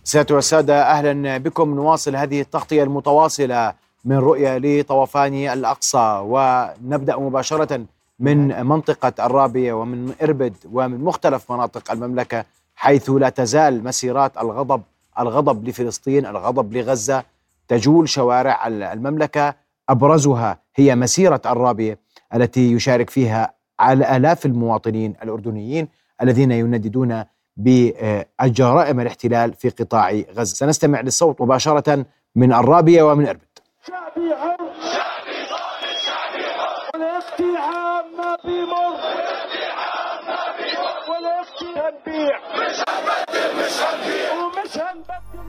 سيادة والسادة، أهلا بكم. نواصل هذه التغطية المتواصلة من رؤية لطوفان الأقصى، ونبدأ مباشرة من منطقة الرابية ومن إربد ومن مختلف مناطق المملكة، حيث لا تزال مسيرات الغضب لفلسطين، الغضب لغزة تجول شوارع المملكة. أبرزها هي مسيرة الرابية التي يشارك فيها على آلاف المواطنين الأردنيين الذين ينددون بجرائم الاحتلال في قطاع غزة. سنستمع للصوت مباشرة من الرابية ومن إربد. شعبي حر، شعبي ظالم، شعبي حر، والاقتحام ما بيمر، والاقتحام ما بيمر، والاقتحام هنبيع، مش هنبدل، مش هنبيع، ومش هنبدل.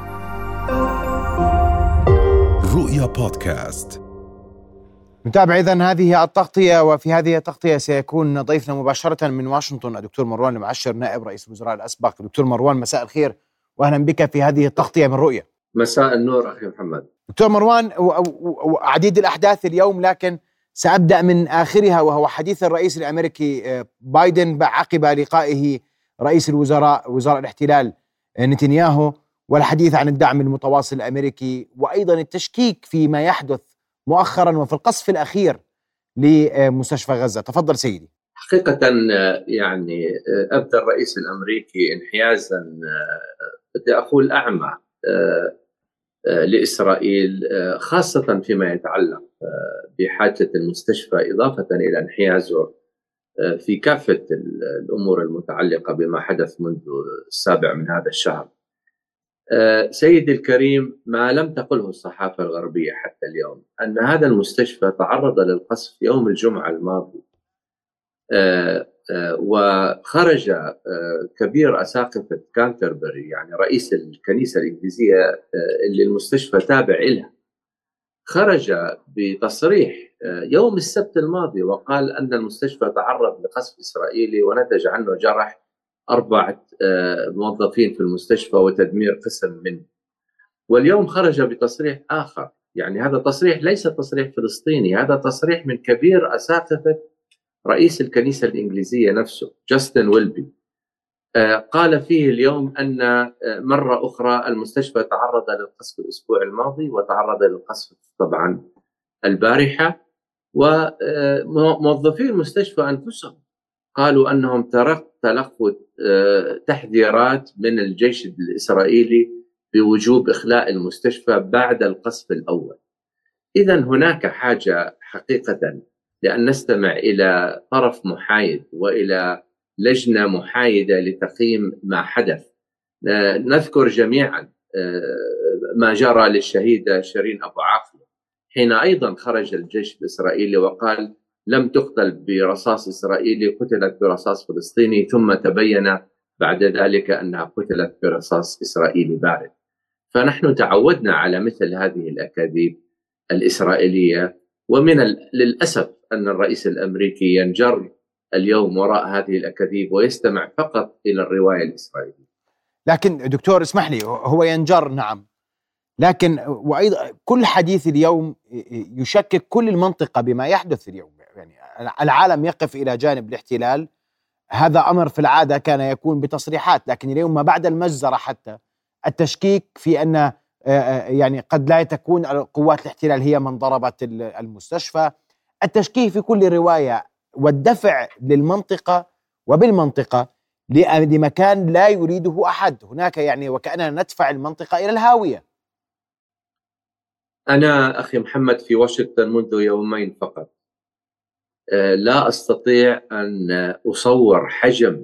رؤيا بودكاست. نتابع إذن هذه التغطية، وفي هذه التغطية سيكون ضيفنا مباشرة من واشنطن الدكتور مروان المعشر، نائب رئيس الوزراء الأسبق. دكتور مروان، مساء الخير وأهلا بك في هذه التغطية من رؤية. مساء النور أخي محمد. دكتور مروان، عديد الأحداث اليوم، لكن سأبدأ من آخرها، وهو حديث الرئيس الأمريكي بايدن عقب لقائه رئيس الوزراء وزراء الاحتلال نتنياهو، والحديث عن الدعم المتواصل الأمريكي، وأيضا التشكيك فيما يحدث مؤخرا وفي القصف الأخير لمستشفى غزة. تفضل سيدي. حقيقة يعني أبدى الرئيس الأمريكي انحيازا بدي أقول أعمى لإسرائيل، خاصة فيما يتعلق بحاجة المستشفى، إضافة إلى انحيازه في كافة الأمور المتعلقة بما حدث منذ 7 من هذا الشهر. سيدي الكريم، ما لم تقله الصحافة الغربية حتى اليوم أن هذا المستشفى تعرض للقصف يوم الجمعة الماضي، وخرج كبير أساقفة كانتربري، يعني رئيس الكنيسة الإنجليزية اللي المستشفى تابع إلها، خرج بتصريح يوم السبت الماضي وقال أن المستشفى تعرض لقصف إسرائيلي ونتج عنه جرح 4 موظفين في المستشفى وتدمير قسم منه. واليوم خرج بتصريح آخر، يعني هذا تصريح ليس تصريح فلسطيني، هذا تصريح من كبير أساقفة رئيس الكنيسة الإنجليزية نفسه جاستن ويلبي. قال فيه اليوم أن مرة أخرى المستشفى تعرض للقصف الأسبوع الماضي، وتعرض للقصف طبعا البارحة، وموظفي المستشفى أنفسهم قالوا أنهم تلقوا تحذيرات من الجيش الإسرائيلي بوجوب إخلاء المستشفى بعد القصف الأول. إذن هناك حاجة حقيقة لأن نستمع إلى طرف محايد وإلى لجنة محايدة لتقييم ما حدث. نذكر جميعا ما جرى للشهيدة شيرين أبو عاقلة، حين أيضا خرج الجيش الإسرائيلي وقال لم تقتل برصاص إسرائيلي، قتلت برصاص فلسطيني، ثم تبين بعد ذلك أنها قتلت برصاص إسرائيلي بارد. فنحن تعودنا على مثل هذه الأكاذيب الإسرائيلية، ومن للأسف أن الرئيس الأمريكي ينجر اليوم وراء هذه الأكاذيب ويستمع فقط إلى الرواية الإسرائيلية. لكن دكتور اسمح لي، هو ينجر نعم، لكن وأيضا كل حديث اليوم يشكك كل المنطقة بما يحدث اليوم. يعني العالم يقف إلى جانب الاحتلال، هذا أمر في العادة كان يكون بتصريحات، لكن اليوم ما بعد المجزرة حتى التشكيك في أن يعني قد لا تكون قوات الاحتلال هي من ضربت المستشفى، التشكيك في كل رواية، والدفع للمنطقة وبالمنطقة لمكان لا يريده أحد هناك، يعني وكأننا ندفع المنطقة إلى الهاوية. أنا أخي محمد في واشنطن منذ يومين فقط، لا أستطيع أن أصور حجم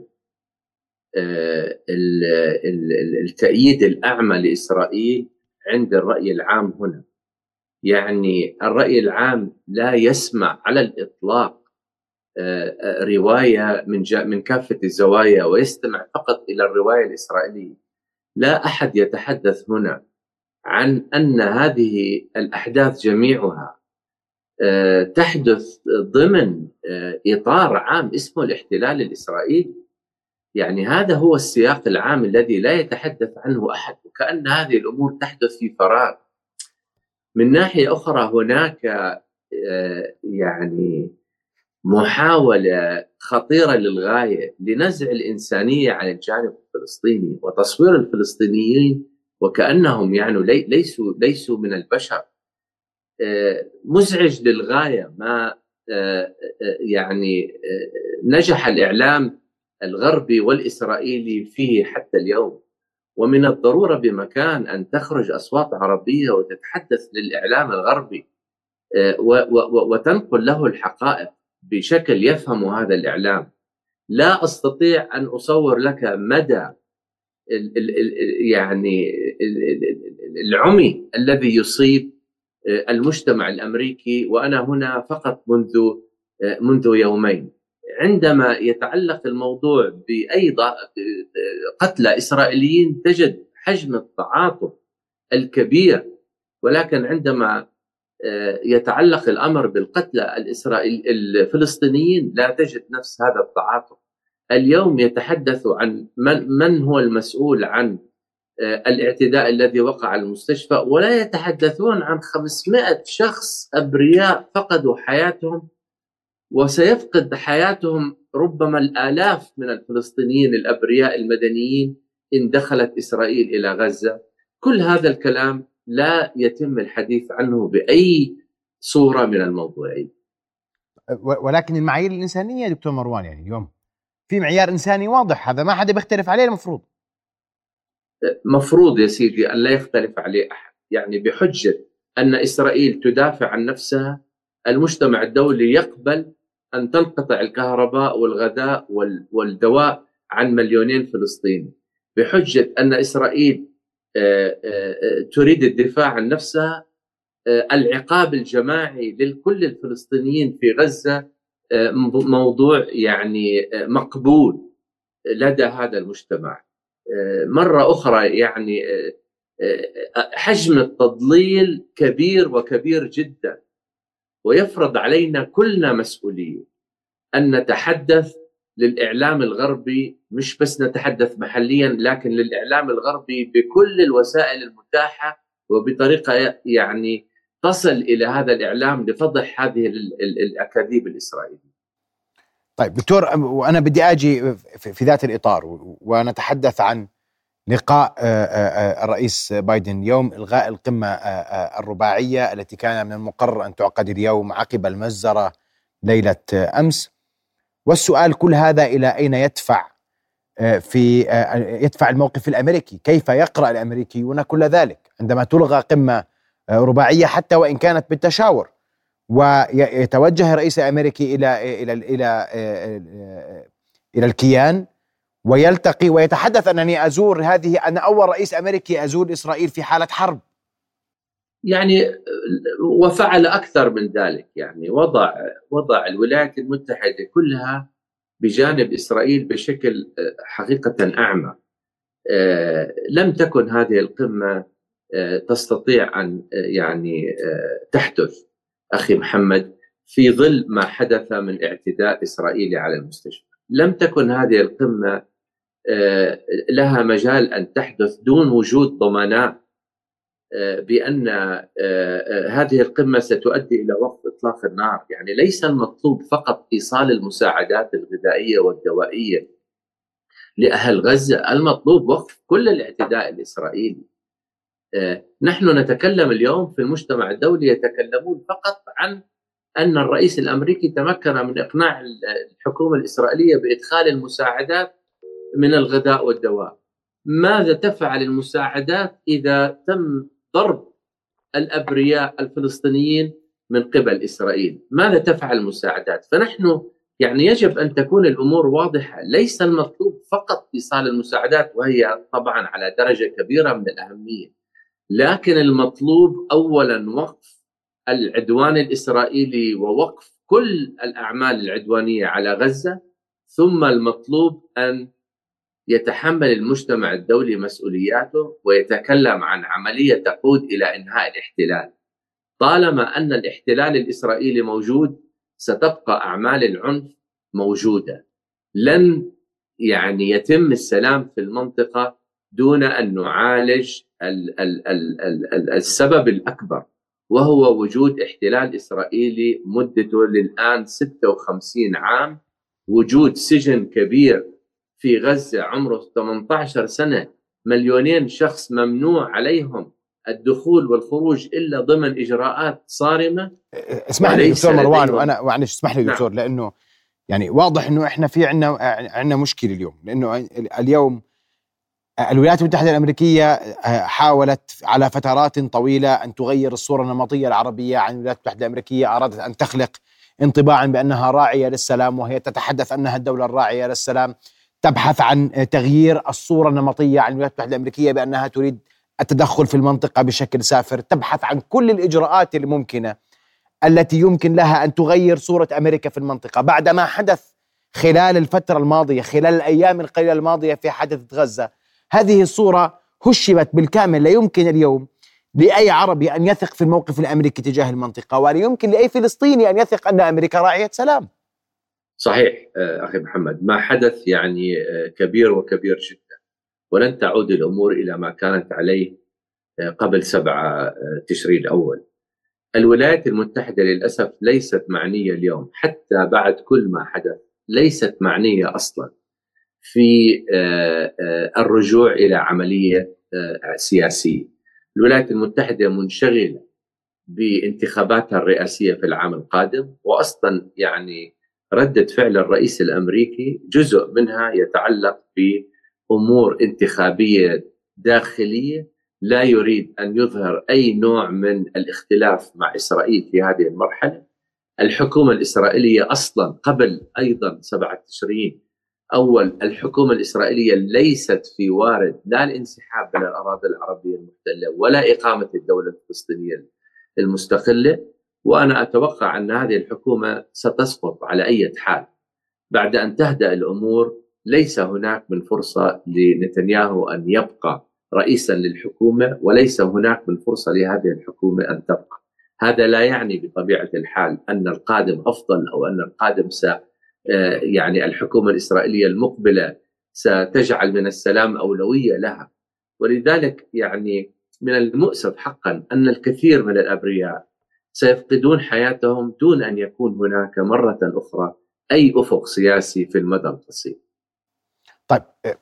التأييد الأعمى لإسرائيل عند الرأي العام هنا. يعني الرأي العام لا يسمع على الإطلاق رواية من كافة الزوايا، ويستمع فقط إلى الرواية الإسرائيلية. لا أحد يتحدث هنا عن أن هذه الأحداث جميعها تحدث ضمن إطار عام اسمه الاحتلال الإسرائيلي. يعني هذا هو السياق العام الذي لا يتحدث عنه أحد، وكأن هذه الأمور تحدث في فراغ. من ناحية أخرى هناك يعني محاولة خطيرة للغاية لنزع الإنسانية عن الجانب الفلسطيني وتصوير الفلسطينيين وكأنهم يعني ليسوا من البشر. مزعج للغاية ما يعني نجح الإعلام الغربي والإسرائيلي فيه حتى اليوم. ومن الضرورة بمكان أن تخرج أصوات عربية وتتحدث للإعلام الغربي وتنقل له الحقائق بشكل يفهم هذا الإعلام. لا أستطيع أن أصور لك مدى يعني العمي الذي يصيب المجتمع الأمريكي، وأنا هنا فقط منذ يومين. عندما يتعلق الموضوع بأي قتلى إسرائيليين تجد حجم التعاطف الكبير، ولكن عندما يتعلق الأمر بالقتلى الفلسطينيين لا تجد نفس هذا التعاطف. اليوم يتحدث عن من هو المسؤول عن الاعتداء الذي وقع على المستشفى، ولا يتحدثون عن 500 شخص أبرياء فقدوا حياتهم، وسيفقد حياتهم ربما الآلاف من الفلسطينيين الأبرياء المدنيين إن دخلت إسرائيل إلى غزة. كل هذا الكلام لا يتم الحديث عنه بأي صورة من الموضوعية. ولكن المعايير الإنسانية دكتور مروان، يعني اليوم في معيار إنساني واضح، هذا ما حدا بيختلف عليه. مفروض يا سيدي أن لا يختلف عليه أحد، يعني بحجة أن إسرائيل تدافع عن نفسها، المجتمع الدولي يقبل أن تنقطع الكهرباء والغذاء والدواء عن مليونين فلسطيني. بحجة أن إسرائيل تريد الدفاع عن نفسها، العقاب الجماعي لكل الفلسطينيين في غزة موضوع يعني مقبول لدى هذا المجتمع. مرة أخرى يعني حجم التضليل كبير وكبير جدا، ويفرض علينا كلنا مسؤولية أن نتحدث للإعلام الغربي، مش بس نتحدث محليا، لكن للإعلام الغربي بكل الوسائل المتاحة وبطريقة يعني تصل إلى هذا الإعلام لفضح هذه الأكاذيب الإسرائيلية. طيب دكتور، وأنا بدي أجي في ذات الإطار ونتحدث عن لقاء الرئيس بايدن اليوم، إلغاء القمة الرباعية التي كان من المقرر أن تعقد اليوم عقب المجزرة ليلة أمس. والسؤال كل هذا إلى أين يدفع يدفع الموقف الأمريكي؟ كيف يقرأ الأمريكيون كل ذلك عندما تلغى قمة رباعية حتى وإن كانت بالتشاور، ويتوجه الرئيس الأمريكي إلى الكيان ويلتقي ويتحدث أنني أزور أنا أول رئيس أمريكي أزور إسرائيل في حالة حرب. يعني وفعل أكثر من ذلك، يعني وضع الولايات المتحدة كلها بجانب إسرائيل بشكل حقيقة أعمى. لم تكن هذه القمة تستطيع أن يعني تحدث أخي محمد في ظل ما حدث من اعتداء إسرائيلي على المستشفى. لم تكن هذه القمة لها مجال أن تحدث دون وجود ضمانات بأن هذه القمة ستؤدي إلى وقف إطلاق النار. يعني ليس المطلوب فقط إيصال المساعدات الغذائية والدوائية لأهل غزة، المطلوب وقف كل الاعتداء الإسرائيلي. نحن نتكلم اليوم في المجتمع الدولي يتكلمون فقط عن أن الرئيس الأمريكي تمكن من إقناع الحكومة الإسرائيلية بإدخال المساعدات من الغذاء والدواء. ماذا تفعل المساعدات إذا تم ضرب الأبرياء الفلسطينيين من قبل إسرائيل؟ ماذا تفعل المساعدات؟ فنحن يعني يجب أن تكون الأمور واضحة. ليس المطلوب فقط إيصال المساعدات، وهي طبعا على درجة كبيرة من الأهمية، لكن المطلوب أولا وقف العدوان الإسرائيلي ووقف كل الأعمال العدوانية على غزة، ثم المطلوب أن يتحمل المجتمع الدولي مسؤولياته ويتكلم عن عملية تقود إلى إنهاء الاحتلال. طالما أن الاحتلال الإسرائيلي موجود ستبقى أعمال العنف موجودة. لن يعني يتم السلام في المنطقة دون أن نعالج السبب الأكبر وهو وجود احتلال إسرائيلي مدته للآن 56 عام، وجود سجن كبير في غزة عمره 18 سنة، 2,000,000 شخص ممنوع عليهم الدخول والخروج إلا ضمن إجراءات صارمة. اسمح لي دكتور مروان، وأنا معلش اسمح لي دكتور، لأنه يعني واضح أنه إحنا في عنا مشكلة اليوم، لأنه اليوم الولايات المتحدة الأمريكية حاولت على فترات طويلة أن تغير الصورة النمطية العربية عن الولايات المتحدة الأمريكية. أرادت أن تخلق انطباعا بأنها راعية للسلام، وهي تتحدث أنها الدولة الراعية للسلام. تبحث عن تغيير الصورة النمطية عن الولايات المتحدة الأمريكية بأنها تريد التدخل في المنطقة بشكل سافر. تبحث عن كل الإجراءات الممكنة التي يمكن لها أن تغير صورة أمريكا في المنطقة بعد ما حدث خلال الفترة الماضية، خلال الأيام القليلة الماضية في حادثة غزة. هذه الصورة هشمت بالكامل. لا يمكن اليوم لأي عربي أن يثق في الموقف الأمريكي تجاه المنطقة، ولا يمكن لأي فلسطيني أن يثق أن أمريكا راعية سلام. صحيح أخي محمد، ما حدث يعني كبير وكبير جدا، ولن تعود الأمور إلى ما كانت عليه قبل 7 تشرين الأول. الولايات المتحدة للأسف ليست معنية اليوم، حتى بعد كل ما حدث ليست معنية أصلا في الرجوع إلى عملية سياسية. الولايات المتحدة منشغلة بانتخاباتها الرئاسية في العام القادم، وأصلا يعني ردة فعل الرئيس الأمريكي جزء منها يتعلق بأمور انتخابية داخلية. لا يريد أن يظهر أي نوع من الاختلاف مع إسرائيل في هذه المرحلة. الحكومة الإسرائيلية أصلا قبل أيضا 7 تشرين أول، الحكومة الإسرائيلية ليست في وارد لا الانسحاب من الأراضي العربية المحتلة ولا إقامة الدولة الفلسطينية المستقلة. وأنا أتوقع أن هذه الحكومة ستسقط على أي حال بعد أن تهدأ الأمور. ليس هناك من فرصة لنتنياهو أن يبقى رئيسا للحكومة، وليس هناك من فرصة لهذه الحكومة أن تبقى. هذا لا يعني بطبيعة الحال أن القادم أفضل أو أن القادم يعني الحكومة الإسرائيلية المقبلة ستجعل من السلام أولوية لها. ولذلك يعني من المؤسف حقا أن الكثير من الأبرياء سيفقدون حياتهم دون أن يكون هناك مرة أخرى أي أفق سياسي في المدى القصير. طيب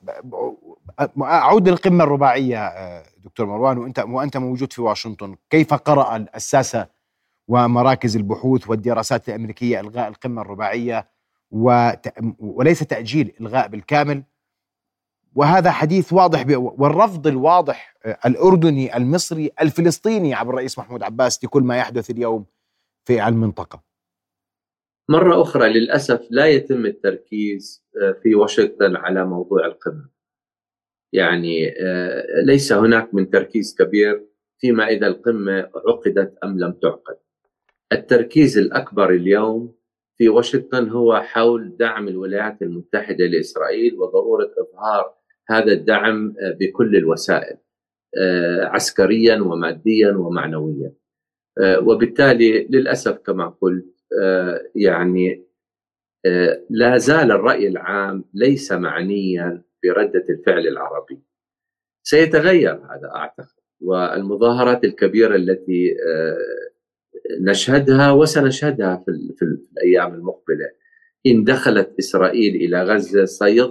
أعود للقمة الرباعية دكتور مروان، وأنت موجود في واشنطن. كيف قرأ الساسة ومراكز البحوث والدراسات الأمريكية إلغاء القمة الرباعية وليس تأجيل، إلغاء بالكامل؟ وهذا حديث واضح والرفض الواضح الأردني المصري الفلسطيني عبر الرئيس محمود عباس لكل ما يحدث اليوم في المنطقة. مرة أخرى للأسف لا يتم التركيز في واشنطن على موضوع القمة. يعني ليس هناك من تركيز كبير فيما إذا القمة عقدت أم لم تعقد. التركيز الأكبر اليوم في واشنطن هو حول دعم الولايات المتحدة لإسرائيل وضرورة إظهار هذا الدعم بكل الوسائل، عسكريا وماديا ومعنويا. وبالتالي للأسف كما قلت يعني لا زال الرأي العام ليس معنيا بردة الفعل العربي. سيتغير هذا أعتقد، والمظاهرات الكبيرة التي نشهدها وسنشهدها في الأيام المقبلة إن دخلت إسرائيل إلى غزة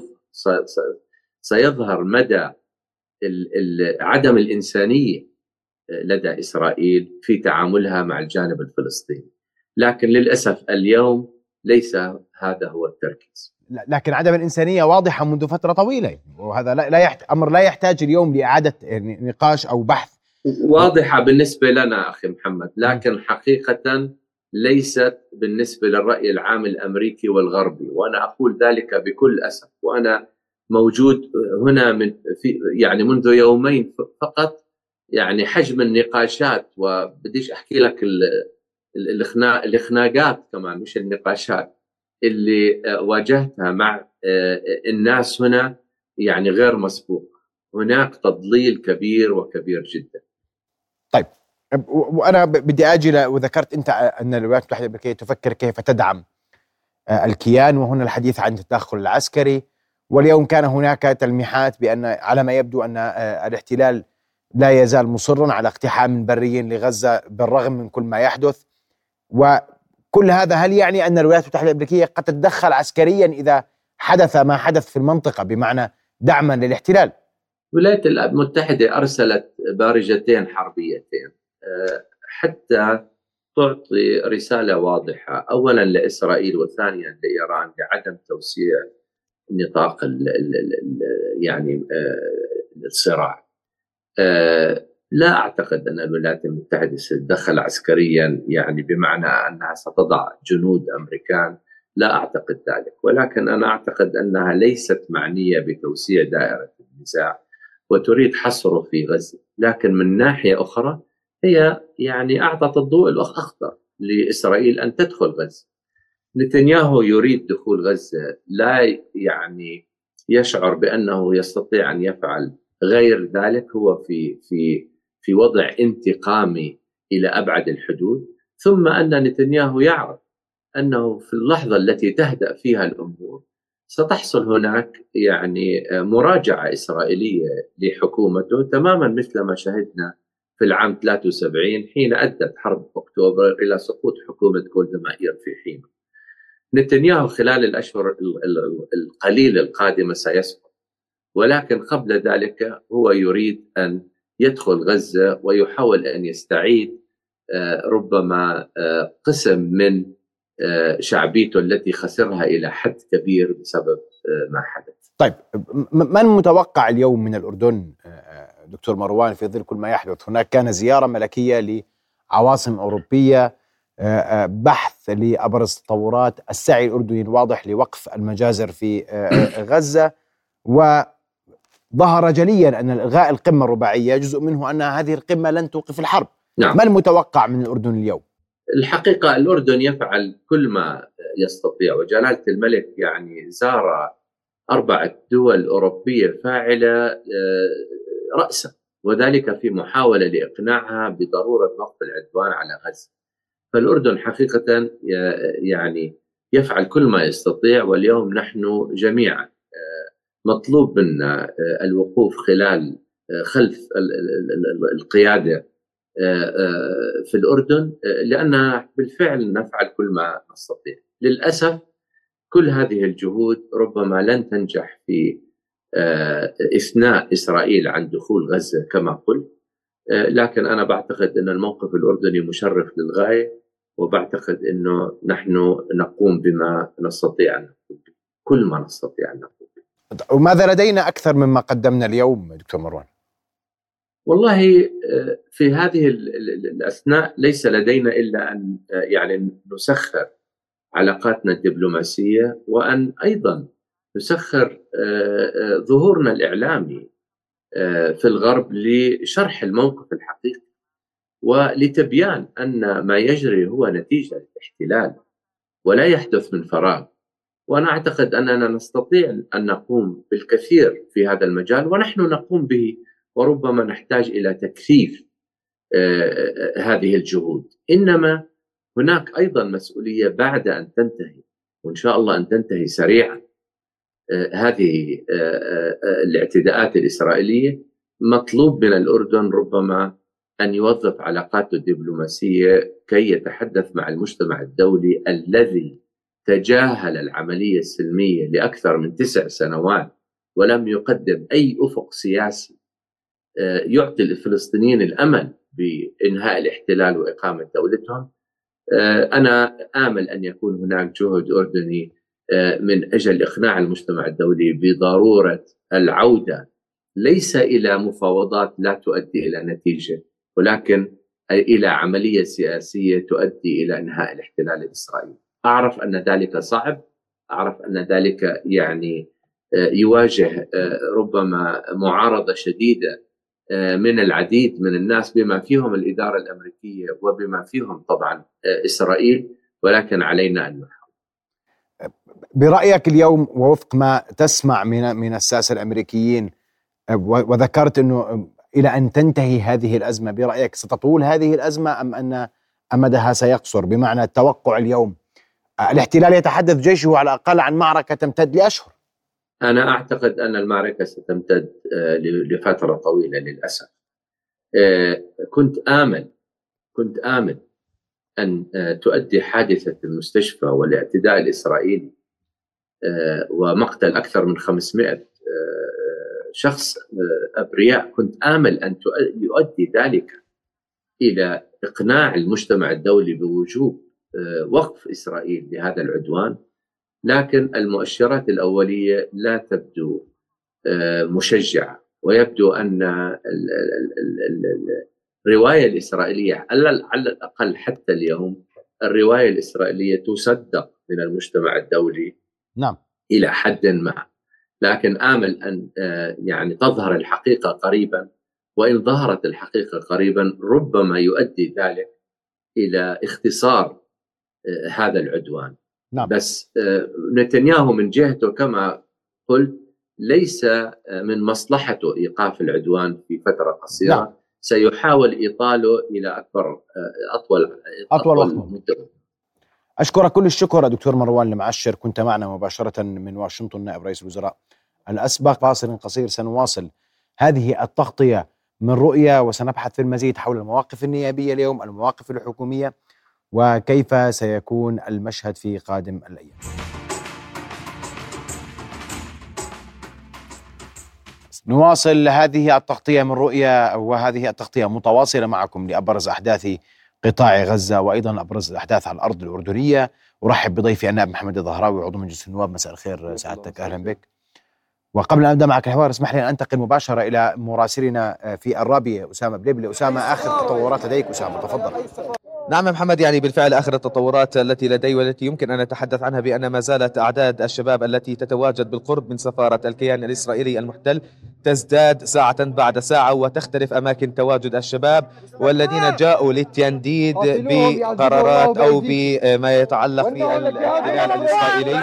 سيظهر مدى عدم الإنسانية لدى إسرائيل في تعاملها مع الجانب الفلسطيني. لكن للأسف اليوم ليس هذا هو التركيز. لكن عدم الإنسانية واضحة منذ فترة طويلة، وهذا أمر لا يحتاج اليوم لإعادة نقاش أو بحث. واضحة بالنسبة لنا أخي محمد، لكن حقيقة ليست بالنسبة للرأي العام الأمريكي والغربي، وأنا أقول ذلك بكل أسف. وأنا موجود هنا يعني منذ يومين فقط. يعني حجم النقاشات، وبديش أحكي لك الخناقات كمان مش النقاشات اللي واجهتها مع الناس هنا يعني غير مسبوق. هناك تضليل كبير وكبير جدا. طيب، وأنا بدي أجي وذكرت أنت أن الولايات المتحدة الأمريكية تفكر كيف تدعم الكيان، وهنا الحديث عن التدخل العسكري. واليوم كان هناك تلميحات بأن على ما يبدو أن الاحتلال لا يزال مصرا على اقتحام بري لغزة بالرغم من كل ما يحدث. وكل هذا هل يعني أن الولايات المتحدة الأمريكية قد تتدخل عسكريا إذا حدث ما حدث في المنطقة، بمعنى دعما للاحتلال؟ الولايات المتحدة أرسلت بارجتين حربيتين حتى تعطي رسالة واضحة، أولا لإسرائيل وثانيا لإيران، لعدم توسيع نطاق يعني الصراع. لا أعتقد أن الولايات المتحدة ستتدخل عسكريا، يعني بمعنى أنها ستضع جنود أمريكان، لا أعتقد ذلك، ولكن أنا أعتقد أنها ليست معنية بتوسيع دائرة النزاع وتريد حصره في غزة. لكن من ناحية أخرى هي يعني أعطت الضوء الأخضر لإسرائيل أن تدخل غزة. نتنياهو يريد دخول غزة، لا يعني يشعر بأنه يستطيع أن يفعل غير ذلك، هو في وضع انتقامي إلى أبعد الحدود. ثم أن نتنياهو يعرف أنه في اللحظة التي تهدأ فيها الأمور ستحصل هناك يعني مراجعة إسرائيلية لحكومته، تماما مثل ما شهدنا في العام 73 حين أدت حرب أكتوبر إلى سقوط حكومة جولدا مائير في حين. نتنياهو خلال الأشهر القليلة القادمة سيسقط، ولكن قبل ذلك هو يريد أن يدخل غزة ويحاول أن يستعيد ربما قسم من شعبيته التي خسرها إلى حد كبير بسبب ما حدث. طيب، من متوقع اليوم من الأردن دكتور مروان في ظل كل ما يحدث؟ هناك كان زيارة ملكية لعواصم أوروبية، بحث لأبرز تطورات السعي الأردني الواضح لوقف المجازر في غزة، وظهر جليا أن إلغاء القمة الرباعية جزء منه أن هذه القمة لن توقف الحرب. نعم. ما المتوقع من الأردن اليوم؟ الحقيقة الأردن يفعل كل ما يستطيع، وجلالة الملك يعني زار 4 دول أوروبية فاعلة رأسا، وذلك في محاولة لإقناعها بضرورة وقف العدوان على غزة. فالأردن حقيقة يعني يفعل كل ما يستطيع، واليوم نحن جميعا مطلوب منا الوقوف خلف القيادة في الأردن، لأننا بالفعل نفعل كل ما نستطيع. للأسف كل هذه الجهود ربما لن تنجح في إثناء إسرائيل عن دخول غزة كما قلت، لكن أنا بعتقد أن الموقف الأردني مشرف للغاية، وبعتقد أنه نحن نقوم بما نستطيع أن نقوم به، كل ما نستطيع أن نقوم به. وماذا لدينا أكثر مما قدمنا اليوم دكتور مروان؟ والله في هذه الأثناء ليس لدينا إلا أن يعني نسخر علاقاتنا الدبلوماسية، وأن أيضا نسخر ظهورنا الإعلامي في الغرب لشرح الموقف الحقيقي ولتبيان أن ما يجري هو نتيجة الاحتلال ولا يحدث من فراغ. وأنا أعتقد أننا نستطيع أن نقوم بالكثير في هذا المجال، ونحن نقوم به، وربما نحتاج إلى تكثيف هذه الجهود. إنما هناك أيضا مسؤولية بعد أن تنتهي، وإن شاء الله أن تنتهي سريعا، هذه الاعتداءات الإسرائيلية. مطلوب من الأردن ربما أن يوظف علاقاته الدبلوماسية كي يتحدث مع المجتمع الدولي الذي تجاهل العملية السلمية لأكثر من 9 سنوات ولم يقدم أي أفق سياسي يعطي الفلسطينيين الأمل بإنهاء الاحتلال وإقامة دولتهم. أنا آمل أن يكون هناك جهد أردني من أجل إقناع المجتمع الدولي بضرورة العودة ليس إلى مفاوضات لا تؤدي إلى نتيجة، ولكن إلى عملية سياسية تؤدي إلى إنهاء الاحتلال الإسرائيلي. أعرف أن ذلك صعب، أعرف أن ذلك يعني يواجه ربما معارضة شديدة من العديد من الناس بما فيهم الإدارة الأمريكية وبما فيهم طبعا إسرائيل، ولكن علينا أن نحاول. برأيك اليوم ووفق ما تسمع من الساسة الأمريكيين، وذكرت أنه إلى أن تنتهي هذه الأزمة، برأيك ستطول هذه الأزمة أم أن أمدها سيقصر؟ بمعنى التوقع اليوم الاحتلال يتحدث جيشه على الأقل عن معركة تمتد لأشهر. أنا أعتقد أن المعركة ستمتد لفترة طويلة للأسف، كنت آمل أن تؤدي حادثة المستشفى والاعتداء الإسرائيلي ومقتل أكثر من 500 شخص أبرياء، كنت آمل أن يؤدي ذلك إلى إقناع المجتمع الدولي بوجوب وقف إسرائيل لهذا العدوان. لكن المؤشرات الأولية لا تبدو مشجعة، ويبدو أن الرواية الإسرائيلية على الأقل حتى اليوم الرواية الإسرائيلية تصدق من المجتمع الدولي نعم إلى حد ما. لكن آمل أن يعني تظهر الحقيقة قريبا، وإن ظهرت الحقيقة قريبا ربما يؤدي ذلك إلى اختصار هذا العدوان. نعم. بس نتنياهو من جهته كما قلت ليس من مصلحته إيقاف العدوان في فترة قصيرة. نعم. سيحاول إيطاله إلى أطول مدة. أشكرك كل الشكر دكتور مروان المعشر، كنت معنا مباشرة من واشنطن نائب رئيس الوزراء الأسبق. فاصل قصير سنواصل هذه التغطية من رؤية، وسنبحث في المزيد حول المواقف النيابية اليوم، المواقف الحكومية، وكيف سيكون المشهد في قادم الأيام. نواصل هذه التغطية من رؤية، وهذه التغطية متواصلة معكم لأبرز أحداث قطاع غزة وأيضا أبرز الأحداث على الأرض الأردنية. أرحب بضيفي النائب محمد الظهراوي عضو مجلس النواب. مساء الخير سعادتك، أهلا بك. وقبل أن أبدأ معك الحوار اسمح لي أن أنتقل مباشرة إلى مراسلنا في الرابية أسامة بليبلي. أسامة، آخر تطورات لديك أسامة، تفضل. نعم محمد، يعني بالفعل آخر التطورات التي لدي والتي يمكن أن نتحدث عنها بأن ما زالت أعداد الشباب التي تتواجد بالقرب من سفارة الكيان الإسرائيلي المحتل تزداد ساعة بعد ساعة، وتختلف أماكن تواجد الشباب والذين جاءوا للتنديد بقرارات أو بما يتعلق بالاحتلال الإسرائيلي.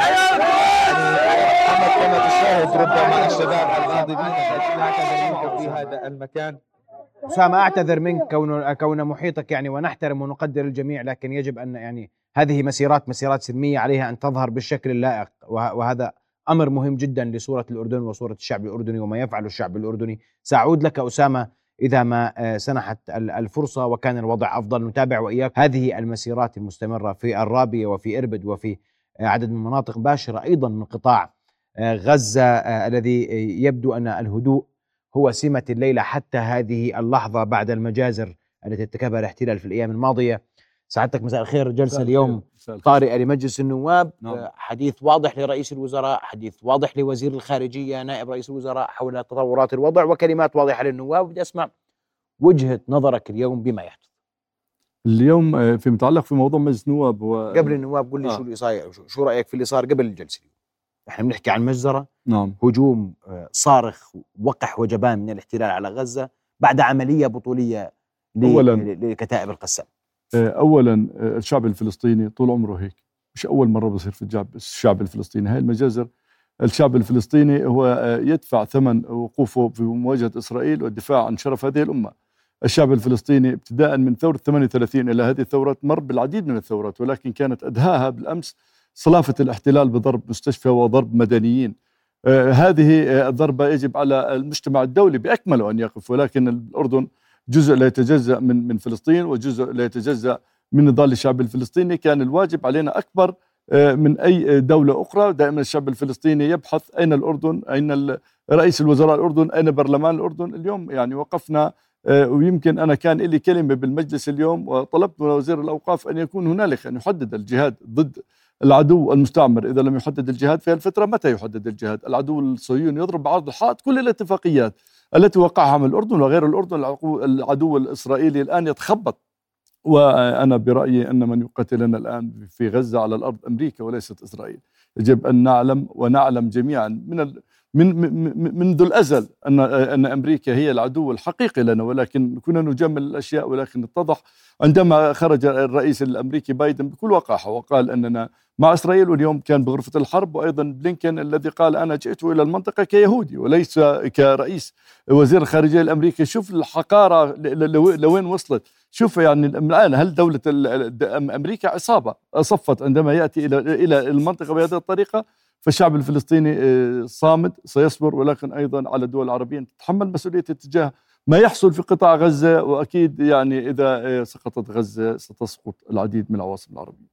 يعني كما تشاهد ربما الشباب الغاضبين في هذا المكان. أسامة، أعتذر منك كون محيطك يعني، ونحترم ونقدر الجميع، لكن يجب أن يعني هذه مسيرات سلمية عليها أن تظهر بالشكل اللائق، وهذا أمر مهم جدا لصورة الأردن وصورة الشعب الأردني وما يفعل الشعب الأردني. سأعود لك أسامة إذا ما سنحت الفرصة وكان الوضع أفضل. نتابع وإياك هذه المسيرات المستمرة في الرابية وفي إربد وفي عدد من مناطق باشرة أيضا من قطاع غزة، الذي يبدو أن الهدوء هو سمة الليلة حتى هذه اللحظة بعد المجازر التي ارتكبها الاحتلال في الأيام الماضية. سعادتك مساء الخير. جلسة اليوم طارئة لمجلس النواب. نعم. حديث واضح لرئيس الوزراء، حديث واضح لوزير الخارجية نائب رئيس الوزراء حول تطورات الوضع، وكلمات واضحة للنواب. بدي أسمع وجهة نظرك اليوم بما يحدث اليوم في متعلق في موضوع مجلس النواب. قبل النواب قل لي شو اللي صاير، شو رأيك في اللي صار قبل الجلسة؟ احنا بنحكي عن مجزرة، نعم، هجوم صارخ وقح وجبان من الاحتلال على غزة بعد عملية بطولية لكتائب القسام. أولا الشعب الفلسطيني طول عمره هيك، مش أول مرة بصير في الشعب الفلسطيني هاي المجازر. الشعب الفلسطيني هو يدفع ثمن وقوفه في مواجهة إسرائيل والدفاع عن شرف هذه الأمة. الشعب الفلسطيني ابتداء من ثورة 38 إلى هذه الثورات مر بالعديد من الثورات، ولكن كانت أدهاها بالأمس صلافة الاحتلال بضرب مستشفى وضرب مدنيين. هذه الضربة يجب على المجتمع الدولي بأكمله أن يقف، ولكن الأردن جزء لا يتجزأ من فلسطين وجزء لا يتجزأ من نضال الشعب الفلسطيني. كان الواجب علينا أكبر من أي دولة أخرى. دائما الشعب الفلسطيني يبحث أين الأردن، أين رئيس الوزراء الأردن، أين برلمان الأردن. اليوم يعني وقفنا، ويمكن أنا كان لي كلمة بالمجلس اليوم وطلبت من وزير الأوقاف أن يكون هنالك، أن يحدد الجهاد ضد العدو المستعمر. إذا لم يحدد الجهاد في الفترة متى يحدد الجهاد؟ العدو الصهيوني يضرب بعرض الحائط كل الاتفاقيات التي وقعها من الأردن وغير الأردن. العدو الإسرائيلي الآن يتخبط، وأنا برأيي أن من يقاتلنا الآن في غزة على الأرض أمريكا وليست إسرائيل. يجب أن نعلم ونعلم جميعا منذ الأزل أن أمريكا هي العدو الحقيقي لنا، ولكن كنا نجمل الأشياء. ولكن اتضح عندما خرج الرئيس الأمريكي بايدن بكل وقاحة وقال أننا مع إسرائيل، واليوم كان بغرفة الحرب، وأيضا بلينكن الذي قال أنا جئت إلى المنطقة كيهودي وليس كرئيس وزير الخارجية الأمريكي. شوف الحقارة لوين وصلت. شوف يعني الآن هل دولة أمريكا عصابة صفت عندما يأتي إلى المنطقة بهذه الطريقة؟ فالشعب الفلسطيني صامد سيصبر، ولكن أيضا على الدول العربية أن تتحمل مسؤولية اتجاه ما يحصل في قطاع غزة. وأكيد يعني إذا سقطت غزة ستسقط العديد من العواصم العربية.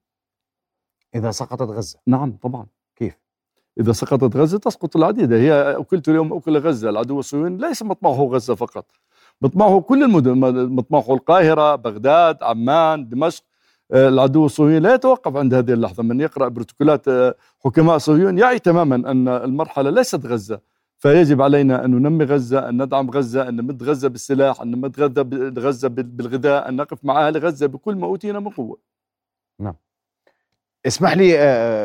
إذا سقطت غزة؟ نعم طبعا. كيف؟ إذا سقطت غزة تسقط العديد. هي أكلت اليوم أكل غزة. العدو الصهيوني ليس مطمعه غزة فقط، مطمعه كل المدن، مطمعه القاهرة، بغداد، عمان، دمشق. العدو الصهيوني لا يتوقف عند هذه اللحظة. من يقرأ بروتوكولات حكماء صهيون يعي تماما أن المرحلة ليست غزة، فيجب علينا أن ننمي غزة، أن ندعم غزة، أن نمد غزة بالسلاح، أن نمد غزة بالغذاء، أن نقف مع أهل غزة بكل ما أوتينا من قوة. نعم. اسمح لي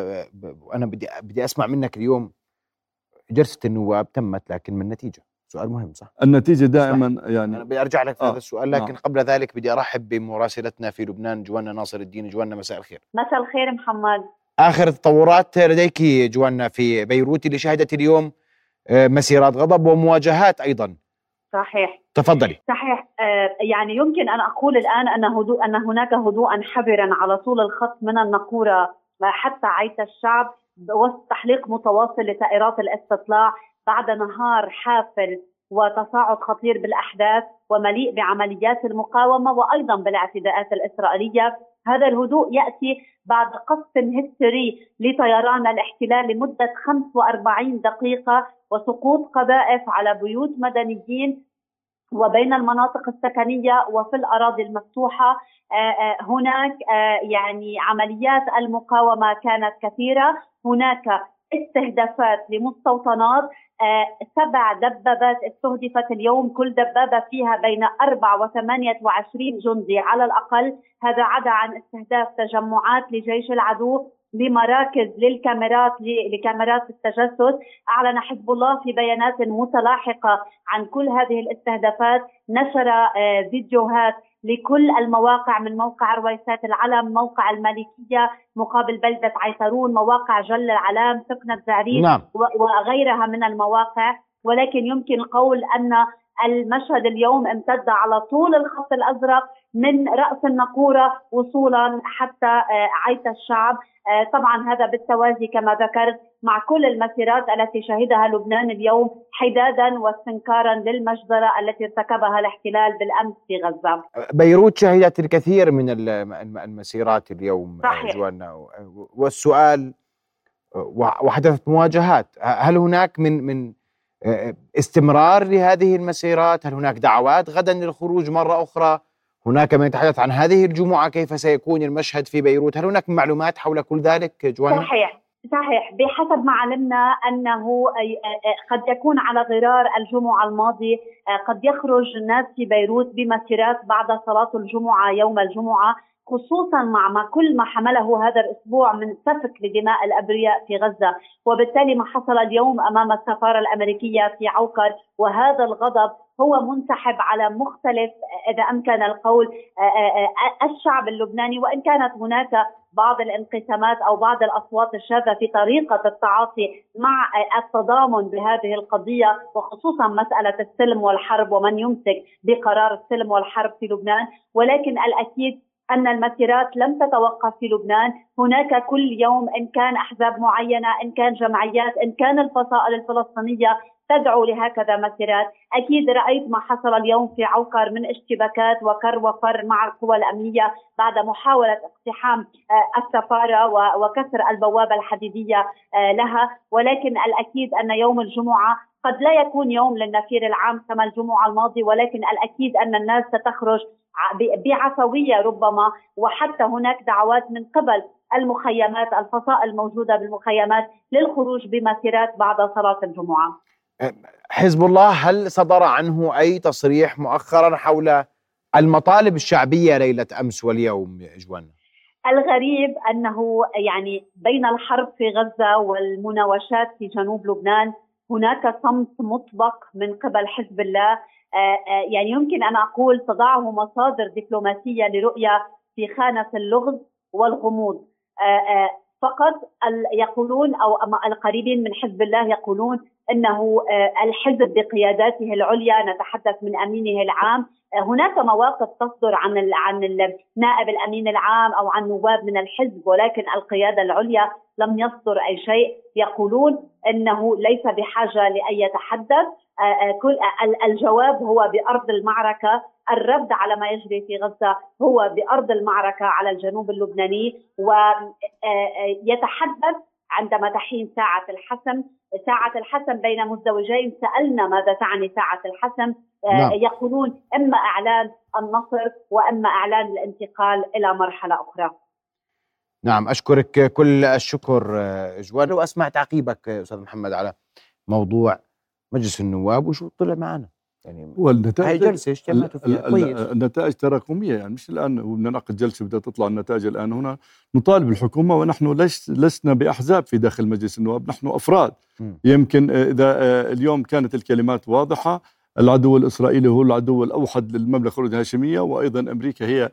أنا بدي أسمع منك اليوم. جلسة النواب تمت، لكن من نتيجة؟ سؤال مهم صح؟ النتيجة دائما يعني أنا بدي أرجع لك في هذا السؤال، لكن نعم. قبل ذلك بدي أرحب بمراسلتنا في لبنان جوانا ناصر الدين. جوانا مساء الخير. مساء الخير محمد. آخر التطورات لديك جوانا في بيروت اللي شهدت اليوم مسيرات غضب ومواجهات أيضا. صحيح. تفضلي. صحيح. يعني يمكن أن أقول الآن أن هناك هدوءا حذرا على طول الخط من النقورة حتى عيت الشعب، وسط تحليق متواصل لطائرات الاستطلاع بعد نهار حافل وتصاعد خطير بالأحداث ومليء بعمليات المقاومة وأيضا بالاعتداءات الإسرائيلية. هذا الهدوء يأتي بعد قصف هستيري لطيران الاحتلال لمدة 45 دقيقة وسقوط قذائف على بيوت مدنيين وبين المناطق السكنية وفي الأراضي المفتوحة. هناك يعني عمليات المقاومة كانت كثيرة. هناك استهدافات لمستوطنات. 7 دبابات استهدفت اليوم، كل دبابة فيها بين 4 و28 جندي على الأقل. هذا عدا عن استهداف تجمعات لجيش العدو، لمراكز لكاميرات التجسس. أعلن حزب الله في بيانات متلاحقة عن كل هذه الاستهدافات، نشر فيديوهات لكل المواقع، من موقع رويسات العلم، موقع المالكية مقابل بلدة عيسرون، مواقع جل العلام، سكنة زعريس. نعم. وغيرها من المواقع. ولكن يمكن القول أن المشهد اليوم امتد على طول الخط الأزرق من رأس النقورة وصولا حتى عيت الشعب. طبعا هذا بالتوازي كما ذكرت مع كل المسيرات التي شهدها لبنان اليوم حدادا واستنكارا للمجزرة التي ارتكبها الاحتلال بالأمس في غزة. بيروت شهدت الكثير من المسيرات اليوم. صحيح. جوانا، والسؤال وحدثت مواجهات. هل هناك من استمرار لهذه المسيرات؟ هل هناك دعوات غدا للخروج مرة أخرى؟ هناك من يتحدث عن هذه الجمعة كيف سيكون المشهد في بيروت. هل هناك معلومات حول كل ذلك جوانا؟ صحيح. بحسب ما علمنا أنه قد يكون على غرار الجمعة الماضي قد يخرج الناس في بيروت بمسيرات بعد صلاة الجمعة يوم الجمعة، خصوصا مع كل ما حمله هذا الأسبوع من سفك لدماء الأبرياء في غزة. وبالتالي ما حصل اليوم أمام السفارة الأمريكية في عوكر وهذا الغضب هو منسحب على مختلف، إذا أمكن القول، الشعب اللبناني. وإن كانت هناك بعض الانقسامات أو بعض الأصوات الشاذة في طريقة التعاطي مع التضامن بهذه القضية، وخصوصا مسألة السلم والحرب ومن يمسك بقرار السلم والحرب في لبنان. ولكن الأكيد أن المسيرات لم تتوقف في لبنان. هناك كل يوم إن كان أحزاب معينة، إن كان جمعيات، إن كان الفصائل الفلسطينية تدعو لهكذا مسيرات. أكيد رأيت ما حصل اليوم في عوكر من اشتباكات وكر وفر مع القوى الأمنية بعد محاولة اقتحام السفارة وكسر البوابة الحديدية لها. ولكن الأكيد أن يوم الجمعة قد لا يكون يوم للنفير العام كما الجمعة الماضي، ولكن الأكيد أن الناس ستخرج بعفوية ربما، وحتى هناك دعوات من قبل المخيمات، الفصائل الموجودة بالمخيمات، للخروج بمسيرات بعد صلاة الجمعة. حزب الله هل صدر عنه أي تصريح مؤخرا حول المطالب الشعبية ليلة أمس واليوم جوانا؟ الغريب أنه يعني بين الحرب في غزة والمناوشات في جنوب لبنان هناك صمت مطبق من قبل حزب الله. يعني يمكن أن أقول تضعه مصادر دبلوماسية لرؤية في خانة اللغز والغموض. فقط يقولون أو القريبين من حزب الله يقولون أنه الحزب بقياداته العليا، نتحدث من أمينه العام هناك مواقف تصدر عن النائب الأمين العام أو عن نواب من الحزب، ولكن القيادة العليا لم يصدر أي شيء. يقولون أنه ليس بحاجة لأن يتحدث، كل الجواب هو بأرض المعركة، الرد على ما يجري في غزة هو بأرض المعركة على الجنوب اللبناني، ويتحدث عندما تحين ساعة الحسم. ساعة الحسم بين مزدوجين، سألنا ماذا تعني ساعة الحسم. نعم. يقولون إما إعلان النصر وإما إعلان الانتقال إلى مرحلة أخرى. نعم، أشكرك كل الشكر جواد، وأسمع تعقيبك أستاذ محمد على موضوع مجلس النواب وشو طلع معنا. يعني هاي جلسة اجتمعتوا فيها كويس. النتائج تراكمية، يعني مش الآن وبننعقد جلسة بدها تطلع النتائج الآن. هنا نطالب الحكومة، ونحن لسنا بأحزاب في داخل مجلس النواب، نحن أفراد. يمكن إذا اليوم كانت الكلمات واضحة، العدو الإسرائيلي هو العدو الأوحد للمملكة الهاشمية، وأيضا أمريكا هي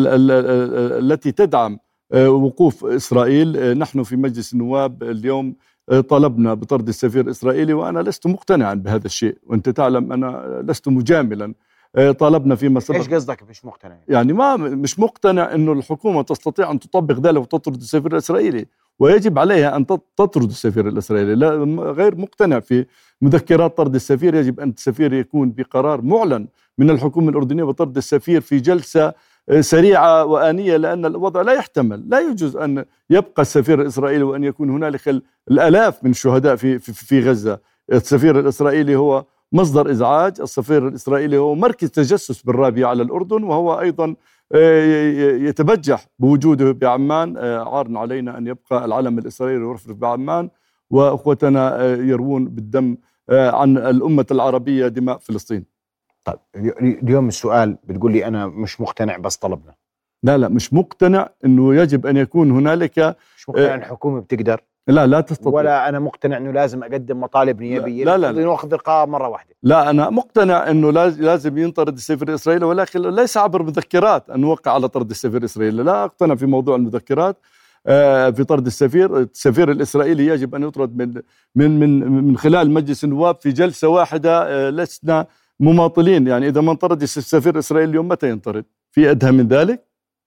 التي تدعم وقوف إسرائيل. نحن في مجلس النواب اليوم طلبنا بطرد السفير الإسرائيلي، وأنا لست مقتنعا بهذا الشيء، وأنت تعلم أنا لست مجاملا. طلبنا فيما سبق. إيش قصدك مش مقتنع؟ يعني مش مقتنع أنه الحكومة تستطيع أن تطبق ذلك وتطرد السفير الإسرائيلي، ويجب عليها أن تطرد السفير الإسرائيلي. لا، غير مقتنع في مذكرات طرد السفير. يجب أن السفير يكون بقرار معلن من الحكومة الأردنية بطرد السفير في جلسة سريعة وآنية، لأن الوضع لا يحتمل. لا يجوز أن يبقى السفير الإسرائيلي وأن يكون هنالك الآلاف من الشهداء في غزة. السفير الإسرائيلي هو مصدر إزعاج، السفير الإسرائيلي هو مركز تجسس بالرابية على الأردن، وهو أيضا يتبجح بوجوده بعمان. عار علينا أن يبقى العلم الإسرائيلي يرفرف بعمان، وأخوتنا يروون بالدم عن الأمة العربية دماء فلسطين. طيب اليوم السؤال بتقول لي أنا مش مقتنع بس طلبنا. لا مش مقتنع أنه يجب أن يكون هنالك. مش مقتنع الحكومة بتقدر. لا تستطيع. ولا أنا مقتنع أنه لازم أقدم مطالب نيابية. لا نأخذ القرار مرة واحدة. لا أنا مقتنع أنه لازم ينطرد السفير الإسرائيلي، ولكن ليس عبر مذكرات أن نوقع على طرد السفير الإسرائيلي. لا أقتنع في موضوع المذكرات في طرد السفير الإسرائيلي يجب أن يطرد من خلال مجلس النواب في جلسة واحدة. لسنا مماطلين، يعني إذا ما انطرد السفير الإسرائيلي اليوم متى ينطرد؟ في أدهى من ذلك؟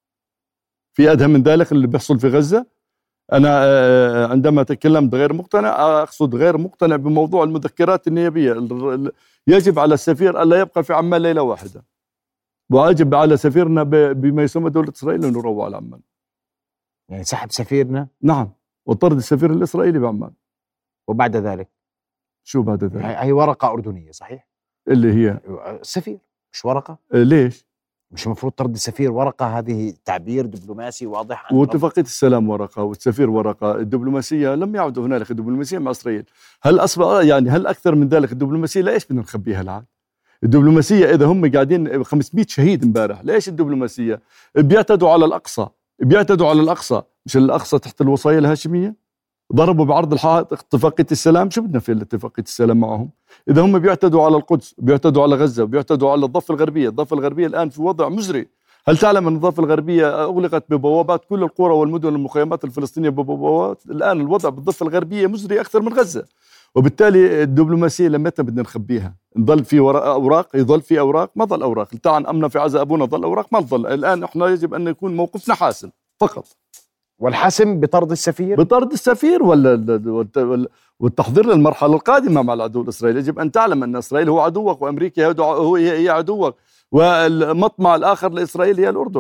في أدهى من ذلك اللي بيحصل في غزة؟ أنا عندما تكلمت غير مقتنع أقصد غير مقتنع بموضوع المذكرات النيابية. يجب على السفير ألا يبقى في عمان ليلة واحدة، ويجب على سفيرنا بما يسمى دولة إسرائيل أن يروع على عمان. يعني سحب سفيرنا؟ نعم، وطرد السفير الإسرائيلي بعمان. وبعد ذلك؟ شو بعد ذلك؟ هي ورقة أردنية صحيح؟ اللي هي السفير مش ورقة؟ ليش؟ مش المفروض طرد السفير ورقة؟ هذه تعبير دبلوماسي واضح. واتفاقية السلام ورقة والسفير ورقة. الدبلوماسية لم يعد هنالك دبلوماسية مع إسرائيل. هل أكثر من ذلك الدبلوماسية؟ لا، إيش بدنا نخبيها الآن؟ الدبلوماسية إذا هم قاعدين 500 شهيد امبارح، ليش الدبلوماسية؟ بيعتدوا على الأقصى، مش الأقصى تحت الوصاية الهاشمية؟ ضربوا بعرض الحائط اتفاقية السلام. شو بدنا في اتفاقية السلام معهم؟ إذا هم بيعتدوا على القدس، بيعتدوا على غزة، بيعتدوا على الضفة الغربية الآن في وضع مزري. هل تعلم أن الضفة الغربية أغلقت ببوابات كل القرى والمدن والمخيمات الفلسطينية ببوابات؟ الآن الوضع بالضفة الغربية مزري أكثر من غزة. وبالتالي الدبلوماسية لمتى بدنا نخبيها؟ نضل في أوراق، يضل في أوراق، ما ضل أوراق. طبعا أمنا في عزا أبونا ضل أوراق، ما ضل. الآن إحنا يجب أن يكون موقفنا حاسم فقط. والحسم بطرد السفير والتحضير للمرحلة القادمة مع العدو الإسرائيلي. يجب أن تعلم أن إسرائيل هو عدوك، وأمريكا هي عدوك، والمطمع الآخر لإسرائيل هي الأردن.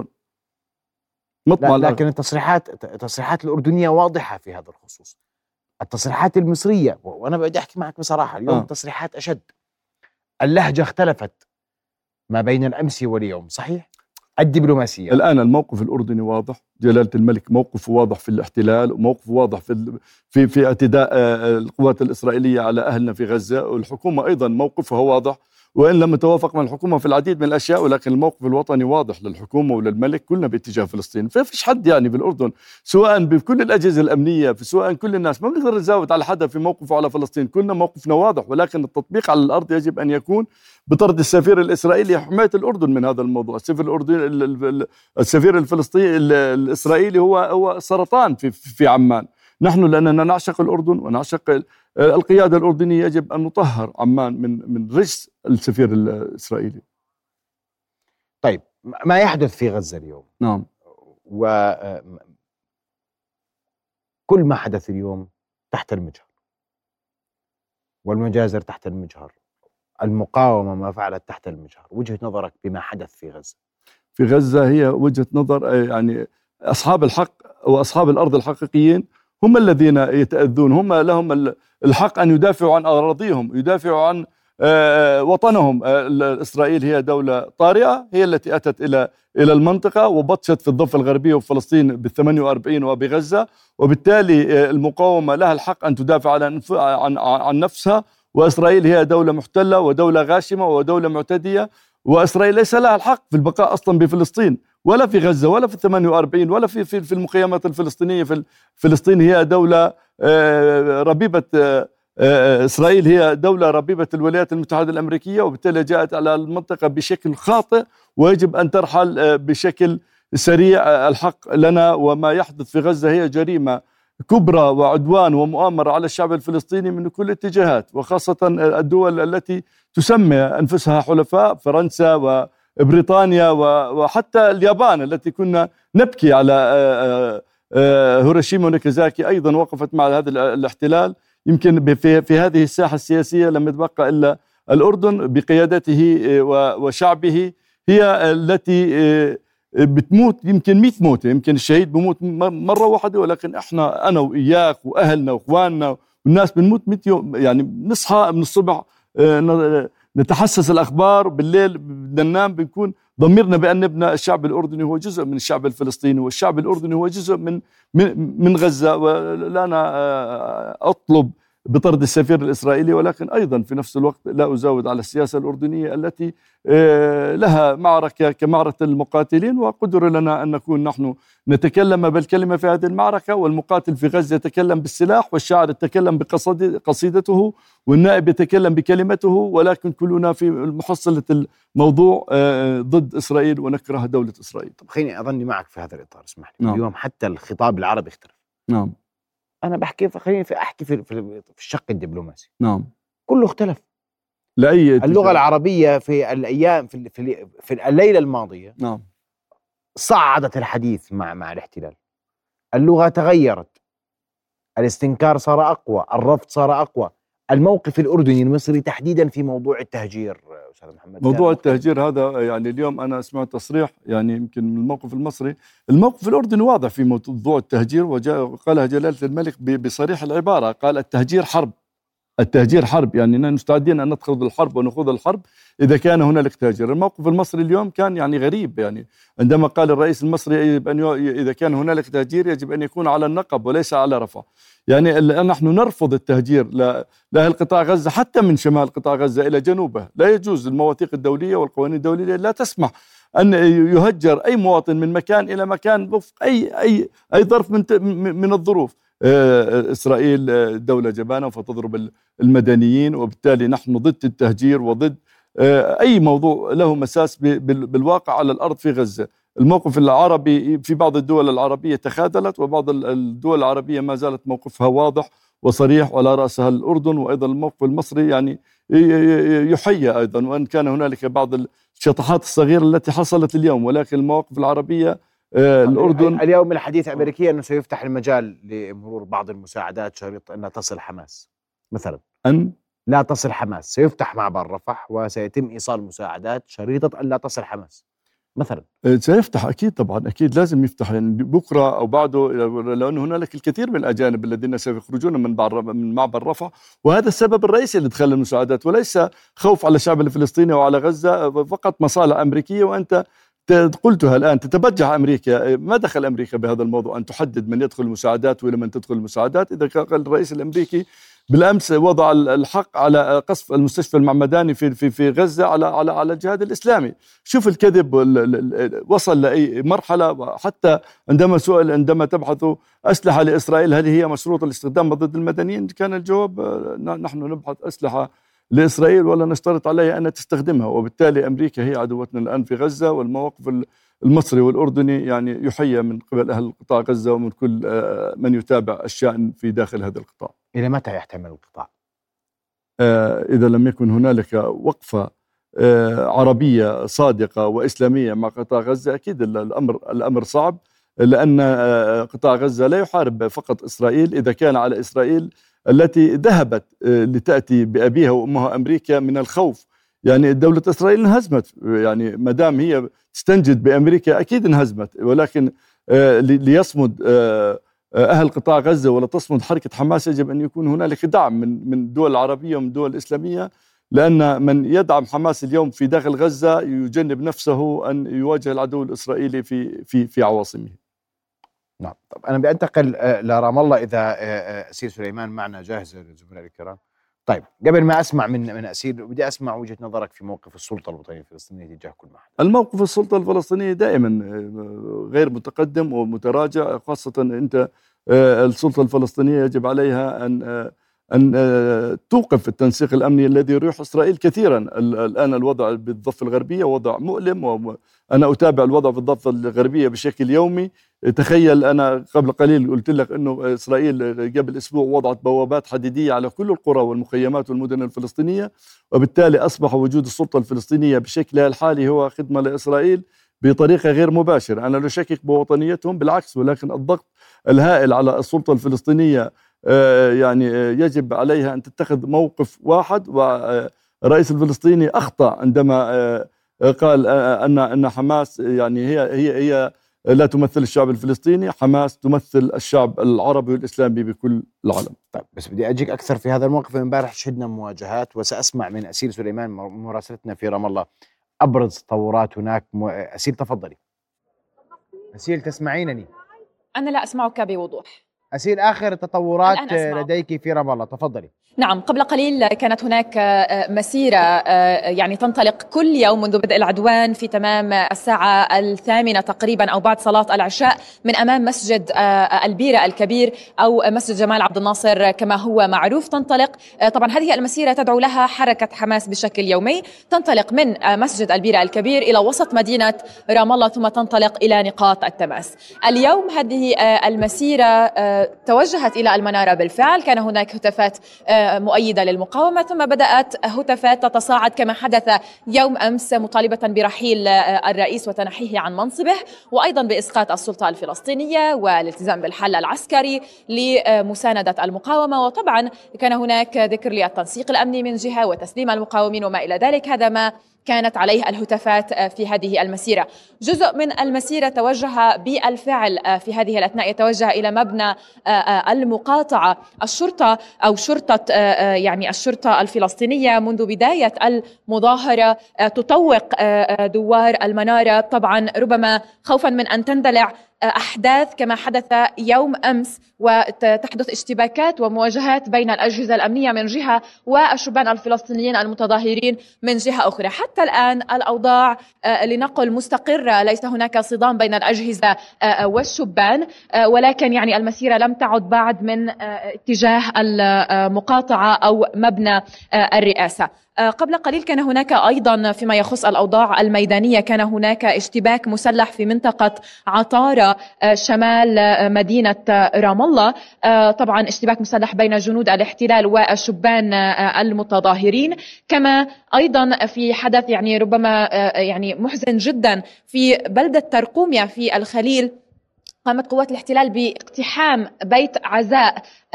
لكن التصريحات الأردنية واضحة في هذا الخصوص. التصريحات المصرية، وأنا بدي أحكي معك بصراحة، اليوم التصريحات أشد، اللهجة اختلفت ما بين الأمس واليوم، صحيح؟ الدبلوماسية الآن الموقف الأردني واضح، جلالة الملك موقفه واضح في الاحتلال، وموقفه واضح في اعتداء القوات الإسرائيلية على أهلنا في غزة، والحكومة أيضا موقفها واضح، وإن لم نتوافق مع الحكومة في العديد من الأشياء، ولكن الموقف الوطني واضح للحكومة وللملك، كلنا باتجاه فلسطين. فيش حد يعني بالأردن سواء بكل الأجهزة الأمنية، سواء كل الناس، ما بنقدر نزاود على حدا في موقفه على فلسطين. كلنا موقفنا واضح، ولكن التطبيق على الأرض يجب أن يكون بطرد السفير الإسرائيلي، حماية الأردن من هذا الموضوع. السفير الفلسطيني الإسرائيلي هو سرطان في عمان. نحن لأننا نعشق الأردن ونعشق القيادة الأردنية، يجب أن نطهر عمان من رجس السفير الإسرائيلي. طيب ما يحدث في غزة اليوم، نعم، وكل ما حدث اليوم تحت المجهر، والمجازر تحت المجهر، المقاومة ما فعلت تحت المجهر، وجهة نظرك بما حدث في غزة؟ في غزة هي وجهة نظر يعني أصحاب الحق وأصحاب الأرض الحقيقيين هم الذين يتأذون، هم لهم الحق أن يدافعوا عن أراضيهم، يدافعوا عن وطنهم. إسرائيل هي دولة طارئة، هي التي أتت إلى المنطقة وبطشت في الضفة الغربية وفلسطين بال48 وبغزة، وبالتالي المقاومة لها الحق أن تدافع عن نفسها. وإسرائيل هي دولة محتلة ودولة غاشمة ودولة معتدية، وإسرائيل ليس لها الحق في البقاء أصلا بفلسطين ولا في غزة ولا في 48 ولا في المخيمات الفلسطينية. فلسطين هي دولة ربيبة، إسرائيل هي دولة ربيبة الولايات المتحدة الأمريكية، وبالتالي جاءت على المنطقة بشكل خاطئ ويجب أن ترحل بشكل سريع. الحق لنا، وما يحدث في غزة هي جريمة كبرى وعدوان ومؤامرة على الشعب الفلسطيني من كل الاتجاهات، وخاصة الدول التي تسمي أنفسها حلفاء، فرنسا وبريطانيا وحتى اليابان التي كنا نبكي على هيروشيما وناكازاكي أيضا وقفت مع هذا الاحتلال. يمكن في هذه الساحة السياسية لم يتبقى إلا الأردن بقيادته وشعبه هي التي بتموت يمكن 100 موتة. يمكن الشهيد بموت مرة واحدة، ولكن احنا أنا وإياك وأهلنا وإخواننا والناس بنموت 100 يوم. يعني بنصحى من الصبح نتحسس الأخبار، بالليل بدنا ننام بنكون ضميرنا بأن ابن الشعب الأردني هو جزء من الشعب الفلسطيني، والشعب الأردني هو جزء من غزة. ولا أنا أطلب بطرد السفير الإسرائيلي، ولكن أيضا في نفس الوقت لا أزاود على السياسة الأردنية التي لها معركة كمعركة المقاتلين، وقدر لنا أن نكون نحن نتكلم بالكلمة في هذه المعركة، والمقاتل في غزة يتكلم بالسلاح، والشاعر يتكلم بقصيدته، والنائب يتكلم بكلمته، ولكن كلنا في محصلة الموضوع ضد إسرائيل ونكره دولة إسرائيل. طب خليني أظني معك في هذا الإطار، اسمح لي. نعم. اليوم حتى الخطاب العربي اختلف. نعم. أنا بحكي خليني أحكي في الشق الدبلوماسي. نعم. كله اختلف. لأي اللغة العربية في الأيام في الليلة الماضية نعم صعدت الحديث مع الاحتلال. اللغة تغيرت، الاستنكار صار أقوى، الرفض صار أقوى. الموقف الأردني المصري تحديدا في موضوع التهجير أستاذ محمد، موضوع التهجير هذا يعني اليوم أنا سمعت تصريح يعني يمكن من الموقف المصري. الموقف الأردني واضح في موضوع التهجير، وقالها جلالة الملك بصريح العبارة، قال التهجير حرب. التهجير حرب، يعني مستعدين أن ندخل الحرب ونخوض الحرب إذا كان هنالك تهجير. الموقف المصري اليوم كان يعني غريب، يعني عندما قال الرئيس المصري يجب أن إذا كان هنالك تهجير يجب أن يكون على النقب وليس على رفح. يعني نحن نرفض التهجير لأهل قطاع غزة حتى من شمال قطاع غزة إلى جنوبه. لا يجوز، المواثيق الدولية والقوانين الدولية لا تسمح أن يهجر أي مواطن من مكان إلى مكان وفق أي ظرف من الظروف. إسرائيل دولة جبانة فتضرب المدنيين، وبالتالي نحن ضد التهجير وضد أي موضوع له مساس بالواقع على الأرض في غزة. الموقف العربي في بعض الدول العربية تخاذلت، وبعض الدول العربية ما زالت موقفها واضح وصريح وعلى رأسها الأردن. وأيضا الموقف المصري يعني يحيى أيضا، وأن كان هنالك بعض الشطحات الصغيرة التي حصلت اليوم، ولكن المواقف العربية الأردن اليوم الحديث الأمريكي أنه سيفتح المجال لمرور بعض المساعدات شريط أن تصل حماس مثلا، أن لا تصل حماس، سيفتح معبر رفح وسيتم إيصال مساعدات شريطة أن لا تصل حماس مثلا. سيفتح أكيد، طبعا أكيد لازم يفتح، يعني بكرة أو بعده، لأن هنالك الكثير من الأجانب الذين سيخرجون من معبر رفح، وهذا السبب الرئيسي لإدخال المساعدات، وليس خوف على الشعب الفلسطيني وعلى غزة، فقط مصالح أمريكية. وأنت قلتها الآن، تتبجح أمريكا. ما دخل أمريكا بهذا الموضوع أن تحدد من يدخل المساعدات وإلى من تدخل المساعدات؟ إذا كان الرئيس الأمريكي بالأمس وضع الحق على قصف المستشفى المعمداني في غزة على الجهاد الإسلامي. شوف الكذب وصل لأي مرحلة. حتى عندما تبحثوا أسلحة لإسرائيل هل هي مشروط الاستخدام ضد المدنيين، كان الجواب نحن نبحث أسلحة لإسرائيل ولا نشترط عليها أن تستخدمها. وبالتالي أمريكا هي عدوتنا الآن في غزة. والموقف المصري والأردني يعني يحيى من قبل أهل قطاع غزة ومن كل من يتابع الشأن في داخل هذا القطاع. إلى متى يحتمل القطاع؟ إذا لم يكن هنالك وقفة عربية صادقة وإسلامية مع قطاع غزة، أكيد الأمر صعب، لأن قطاع غزة لا يحارب فقط إسرائيل. إذا كان على إسرائيل التي ذهبت لتأتي بأبيها وأمها أمريكا من الخوف، يعني دولة إسرائيل انهزمت، يعني ما دام هي تستنجد بأمريكا أكيد انهزمت، ولكن ليصمد أهل قطاع غزة ولا تصمد حركة حماس يجب أن يكون هنالك دعم من الدول العربية ومن الدول الإسلامية، لأن من يدعم حماس اليوم في داخل غزة يجنب نفسه أن يواجه العدو الإسرائيلي في عواصمه. نعم. طب أنا بأنتقل لرام الله إذا أسير سليمان معنا جاهز الزملاء الكرام. طيب قبل ما أسمع من أسير بدي أسمع وجهة نظرك في موقف السلطة الوطنية الفلسطينية تجاه كل محل. الموقف السلطة الفلسطينية دائما غير متقدم ومتراجع، خاصة أنت السلطة الفلسطينية يجب عليها أن توقف التنسيق الأمني الذي يريح إسرائيل كثيرا. الآن الوضع بالضفة الغربية وضع مؤلم، وأنا أتابع الوضع في الضفة الغربية بشكل يومي. تخيل أنا قبل قليل قلت لك أنه إسرائيل قبل أسبوع وضعت بوابات حديدية على كل القرى والمخيمات والمدن الفلسطينية، وبالتالي أصبح وجود السلطة الفلسطينية بشكلها الحالي هو خدمة لإسرائيل بطريقة غير مباشرة. أنا لا أشكك بوطنيتهم، بالعكس، ولكن الضغط الهائل على السلطة الفلسطينية يعني يجب عليها أن تتخذ موقف واحد. والرئيس الفلسطيني أخطأ عندما قال أن حماس يعني هي لا تمثل الشعب الفلسطيني، حماس تمثل الشعب العربي والإسلامي بكل العالم. طيب بس بدي أجيك أكثر في هذا الموقف. امبارح شهدنا مواجهات، وسأسمع من أسيل سليمان مراسلتنا في رام الله أبرز تطورات هناك. أسيل تفضلي. أسيل تسمعينني؟ أنا لا أسمعك بوضوح. أسيل آخر التطورات لديك في رام الله، تفضلي. نعم، قبل قليل كانت هناك مسيرة يعني تنطلق كل يوم منذ بدء العدوان في تمام الساعة 8 تقريبا أو بعد صلاة العشاء من أمام مسجد البيرة الكبير أو مسجد جمال عبد الناصر كما هو معروف. تنطلق طبعا هذه المسيرة تدعو لها حركة حماس بشكل يومي، تنطلق من مسجد البيرة الكبير إلى وسط مدينة رام الله ثم تنطلق إلى نقاط التماس. اليوم هذه المسيرة توجهت إلى المنارة بالفعل، كان هناك هتافات مؤيدة للمقاومة، ثم بدأت هتافات تتصاعد كما حدث يوم أمس مطالبة برحيل الرئيس وتنحيه عن منصبه، وأيضا بإسقاط السلطة الفلسطينية والالتزام بالحل العسكري لمساندة المقاومة. وطبعا كان هناك ذكر للتنسيق الأمني من جهة وتسليم المقاومين وما إلى ذلك. هذا ما كانت عليه الهتافات في هذه المسيرة. جزء من المسيرة توجه بالفعل في هذه الأثناء، يتوجه إلى مبنى المقاطعة. الشرطة أو شرطة يعني الشرطة الفلسطينية منذ بداية المظاهرة تطوق دوار المنارة، طبعا ربما خوفا من أن تندلع أحداث كما حدث يوم أمس وتحدث اشتباكات ومواجهات بين الأجهزة الأمنية من جهة والشبان الفلسطينيين المتظاهرين من جهة أخرى. حتى الآن الأوضاع لنقل مستقرة، ليس هناك صدام بين الأجهزة والشبان، ولكن يعني المسيرة لم تعد بعد من اتجاه المقاطعة أو مبنى الرئاسة. قبل قليل كان هناك أيضا فيما يخص الأوضاع الميدانية كان هناك اشتباك مسلح في منطقة عطارة شمال مدينة رام الله، طبعا اشتباك مسلح بين جنود الاحتلال والشبان المتظاهرين. كما أيضا في حدث يعني ربما يعني محزن جدا في بلدة ترقوميا في الخليل، قامت قوات الاحتلال باقتحام بيت عزاء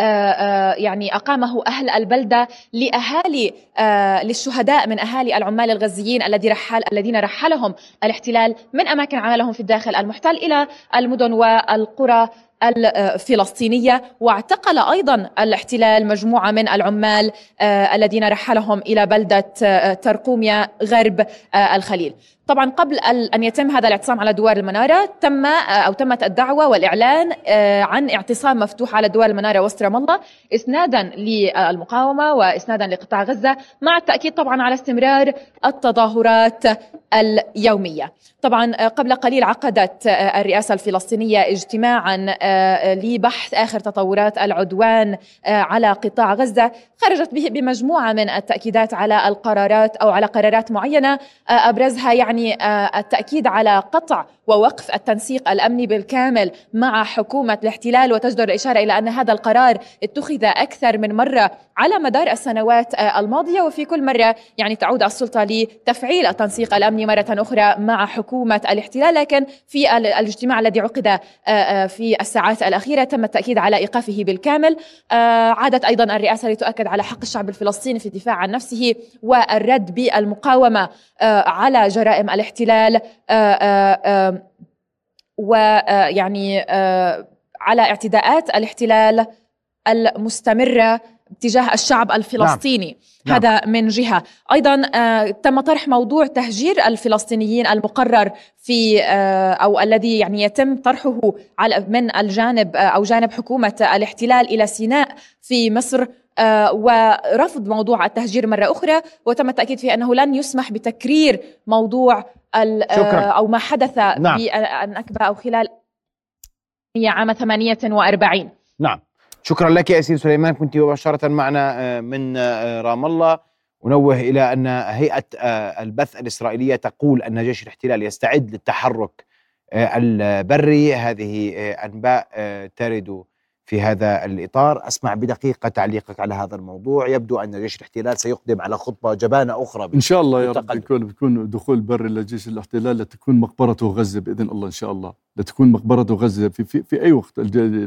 يعني أقامه أهل البلدة لأهالي للشهداء من أهالي العمال الغزيين الذين رحلهم الاحتلال من أماكن عملهم في الداخل المحتل إلى المدن والقرى الفلسطينية. واعتقل أيضا الاحتلال مجموعة من العمال الذين رحلهم إلى بلدة ترقوميا غرب الخليل. طبعا قبل أن يتم هذا الاعتصام على دوار المنارة تمت الدعوة والإعلان عن اعتصام مفتوح على دوار المنارة وسط رام الله إسنادا للمقاومة وإسنادا لقطاع غزة، مع التأكيد طبعا على استمرار التظاهرات اليومية. طبعا قبل قليل عقدت الرئاسة الفلسطينية اجتماعا لبحث آخر تطورات العدوان على قطاع غزة، خرجت به بمجموعة من التأكيدات على القرارات أو على قرارات معينة، أبرزها يعني التأكيد على قطع ووقف التنسيق الأمني بالكامل مع حكومة الاحتلال، وتجدر الإشارة إلى أن هذا القرار اتخذ أكثر من مرة على مدار السنوات الماضية، وفي كل مرة يعني تعود السلطة لتفعيل التنسيق الأمني مرة أخرى مع حكومة الاحتلال. لكن في الاجتماع الذي عقد في الساعات الأخيرة تم التأكيد على إيقافه بالكامل. عادت أيضا الرئاسة لتؤكد على حق الشعب الفلسطيني في الدفاع عن نفسه والرد بالمقاومة على جرائم الاحتلال، ويعني على اعتداءات الاحتلال المستمرة تجاه الشعب الفلسطيني. نعم. هذا من جهة. أيضا تم طرح موضوع تهجير الفلسطينيين المقرر في أو الذي يعني يتم طرحه من الجانب أو جانب حكومة الاحتلال إلى سيناء في مصر، ورفض موضوع التهجير مرة أخرى، وتم التأكيد فيه أنه لن يسمح بتكرير موضوع أو ما حدث نعم. بالنكبة أو خلال عام 48. نعم، شكرا لك يا أسير سليمان، كنت مباشرة معنا من رام الله. ونوه إلى أن هيئة البث الإسرائيلية تقول أن جيش الاحتلال يستعد للتحرك البري. هذه أنباء ترد في هذا الإطار. أسمع بدقيقة تعليقك على هذا الموضوع. يبدو أن جيش الاحتلال سيقدم على خطبة جبانة أخرى إن شاء الله يا رب. بيكون دخول بري لجيش الاحتلال لتكون مقبرته غزة بإذن الله، إن شاء الله لتكون مقبرته غزة في أي وقت.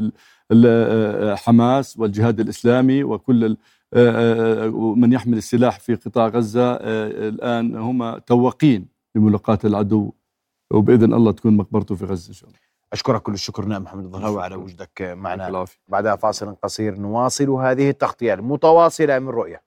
حماس والجهاد الإسلامي وكل من يحمل السلاح في قطاع غزة الآن هم توقين لملاقاة العدو، وبإذن الله تكون مقبرته في غزة إن شاء الله. أشكرك كل الشكر نائب محمد الظهراوي على وجودك معنا. بعدها فاصل قصير نواصل هذه التغطية المتواصلة من رؤية.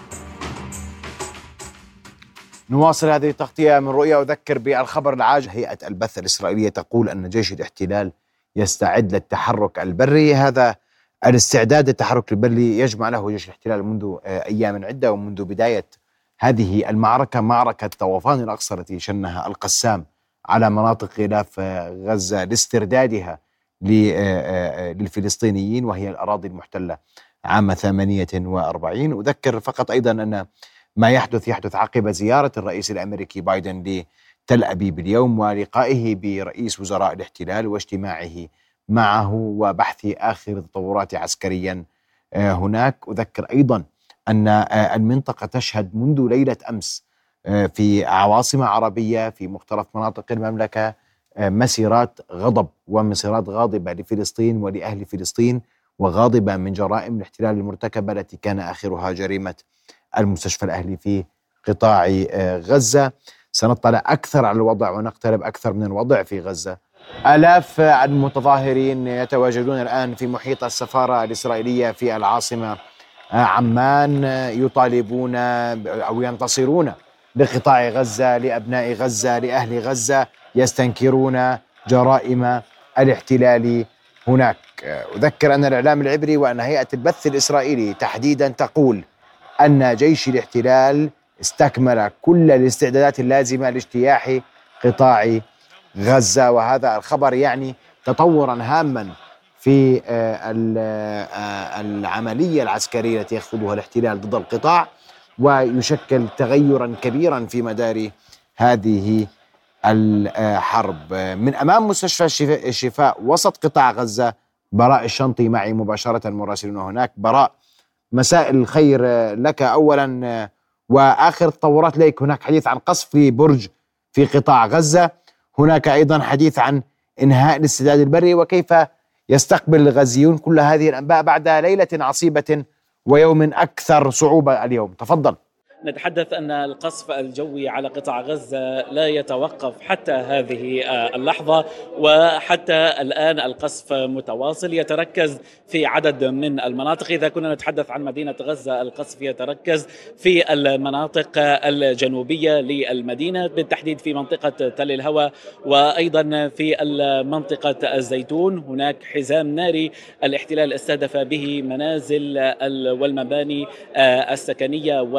نواصل هذه التغطية من رؤية. أذكر بالخبر العاجل. هيئة البث الإسرائيلية تقول أن جيش الاحتلال يستعد للتحرك البري. هذا الاستعداد للتحرك البري يجمع له جيش الاحتلال منذ أيام عدة، ومنذ بداية هذه المعركة، معركة طوفان الأقصى التي شنها القسام على مناطق غلاف غزة لاستردادها للفلسطينيين، وهي الأراضي المحتلة عام 48. أذكر فقط أيضا أن ما يحدث عقب زيارة الرئيس الأمريكي بايدن لتل أبيب اليوم ولقائه برئيس وزراء الاحتلال واجتماعه معه وبحث آخر التطورات عسكريا هناك. أذكر أيضا أن المنطقة تشهد منذ ليلة أمس في عواصم عربية في مختلف مناطق المملكة مسيرات غضب ومسيرات غاضبة لفلسطين ولأهل فلسطين، وغاضبة من جرائم الاحتلال المرتكبة التي كان آخرها جريمة المستشفى الأهلي في قطاع غزة. سنطلع أكثر على الوضع ونقترب أكثر من الوضع في غزة. آلاف المتظاهرين يتواجدون الآن في محيط السفارة الإسرائيلية في العاصمة عمان، يطالبون أو ينتصرون لقطاع غزة، لأبناء غزة، لأهل غزة، يستنكرون جرائم الاحتلال هناك. أذكر أن الإعلام العبري وأن هيئة البث الإسرائيلي تحديدا تقول أن جيش الاحتلال استكمل كل الاستعدادات اللازمة لاجتياح قطاع غزة، وهذا الخبر يعني تطورا هاما في العملية العسكرية التي يخوضها الاحتلال ضد القطاع، ويشكل تغيرا كبيرا في مدار هذه الحرب. من أمام مستشفى الشفاء وسط قطاع غزة براء الشنطي معي مباشرة، مراسلون هناك. براء، مساء الخير لك أولا، وآخر التطورات لك. هناك حديث عن قصف برج في قطاع غزة، هناك أيضا حديث عن إنهاء الاستعداد البري، وكيف يستقبل الغزيون كل هذه الأنباء بعد ليلة عصيبة ويوم أكثر صعوبة اليوم؟ تفضل. نتحدث أن القصف الجوي على قطاع غزة لا يتوقف حتى هذه اللحظة، وحتى الآن القصف متواصل يتركز في عدد من المناطق. إذا كنا نتحدث عن مدينة غزة، القصف يتركز في المناطق الجنوبية للمدينة، بالتحديد في منطقة تل الهوى، وأيضا في منطقة الزيتون. هناك حزام ناري الاحتلال استهدف به منازل والمباني السكنية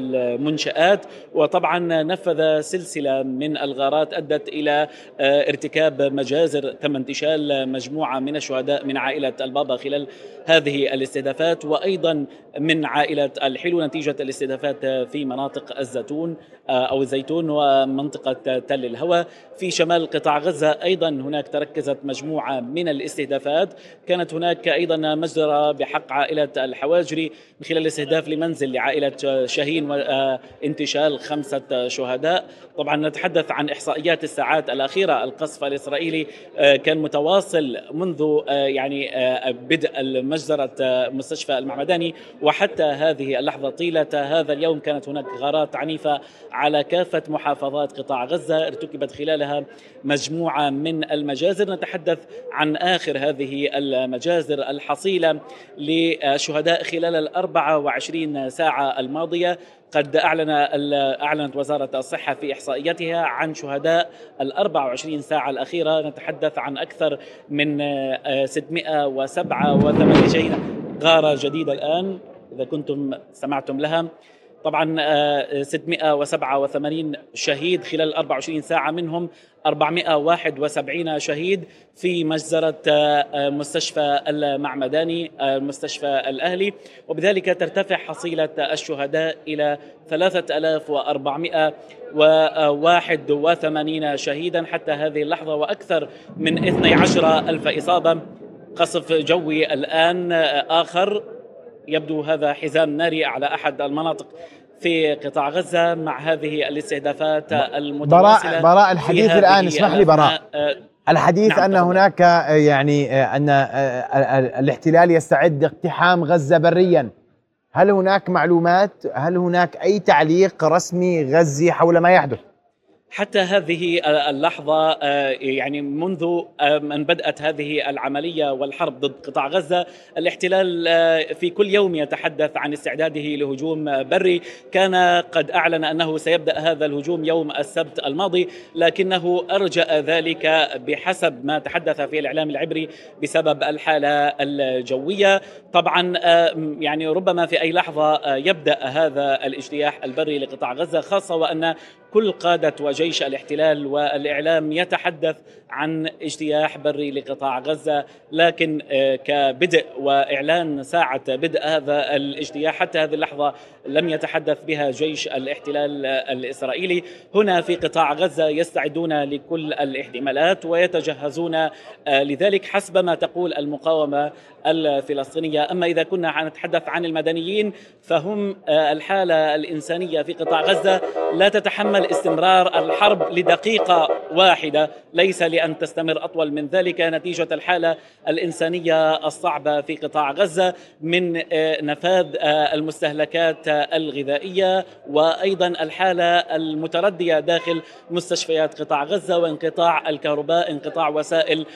المنشآت، وطبعا نفذ سلسلة من الغارات أدت إلى ارتكاب مجازر تم انتشال مجموعة من الشهداء من عائلة البابا خلال هذه الاستهدافات، وأيضا من عائلة الحلو نتيجة الاستهدافات في مناطق الزيتون أو الزيتون ومنطقة تل الهوى. في شمال قطاع غزة أيضا هناك تركزت مجموعة من الاستهدافات، كانت هناك أيضا مجزرة بحق عائلة الحواجري من خلال استهداف لمنزل لعائلة شاهين وانتشال 5 شهداء. طبعا نتحدث عن إحصائيات الساعات الأخيرة، القصف الإسرائيلي كان متواصل منذ يعني بدء مجزرة مستشفى المعمداني وحتى هذه اللحظة. طيلة هذا اليوم كانت هناك غارات عنيفة على كافة محافظات قطاع غزة ارتكبت خلالها مجموعة من المجازر. نتحدث عن آخر هذه المجازر الحصيلة لشهداء خلال 24 ساعة الماضية. قد أعلنت وزارة الصحة في إحصائياتها عن شهداء 24 ساعة الأخيرة، نتحدث عن أكثر من 687 شهيد. غارة جديدة الآن إذا كنتم سمعتم لها، طبعا 687 شهيد خلال 24 ساعة، منهم 471 شهيد في مجزرة مستشفى المعمداني المستشفى الأهلي، وبذلك ترتفع حصيلة الشهداء إلى 3481 شهيدا حتى هذه اللحظة، وأكثر من 12,000 إصابة. قصف جوي الآن آخر، يبدو هذا حزام ناري على أحد المناطق في قطاع غزة مع هذه الاستهدافات المتواصلة. براء الحديث الآن، اسمح لي براء، الحديث نعم أن هناك يعني أن الاحتلال يستعد اقتحام غزة بريا. هل هناك معلومات، هل هناك أي تعليق رسمي غزي حول ما يحدث؟ حتى هذه اللحظة يعني منذ أن بدأت هذه العملية والحرب ضد قطاع غزة، الاحتلال في كل يوم يتحدث عن استعداده لهجوم بري. كان قد أعلن أنه سيبدأ هذا الهجوم يوم السبت الماضي، لكنه أرجأ ذلك بحسب ما تحدث في الإعلام العبري بسبب الحالة الجوية. طبعا يعني ربما في أي لحظة يبدأ هذا الاجتياح البري لقطاع غزة، خاصة وأن كل قادة وجيش الاحتلال والإعلام يتحدث عن اجتياح بري لقطاع غزة، لكن كبدء وإعلان ساعة بدء هذا الاجتياح حتى هذه اللحظة لم يتحدث بها جيش الاحتلال الإسرائيلي. هنا في قطاع غزة يستعدون لكل الاحتمالات ويتجهزون لذلك حسب ما تقول المقاومة الفلسطينية. أما إذا كنا نتحدث عن المدنيين فهم الحالة الإنسانية في قطاع غزة لا تتحمل استمرار الحرب لدقيقة واحدة، ليس لأن تستمر أطول من ذلك، نتيجة الحالة الإنسانية الصعبة في قطاع غزة من نفاذ المستهلكات الغذائية، وأيضا الحالة المتردية داخل مستشفيات قطاع غزة، وانقطاع الكهرباء، انقطاع وسائل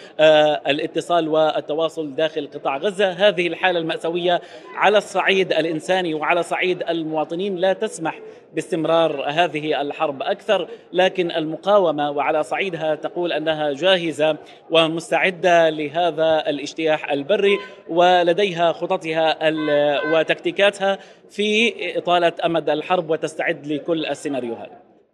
الاتصال والتواصل داخل قطاع غزة. هذه الحالة المأساوية على الصعيد الإنساني وعلى صعيد المواطنين لا تسمح باستمرار هذه الحرب أكثر، لكن المقاومة وعلى صعيدها تقول أنها جاهزة ومستعدة لهذا الاجتياح البري، ولديها خططها وتكتيكاتها في إطالة أمد الحرب وتستعد لكل السيناريوهات.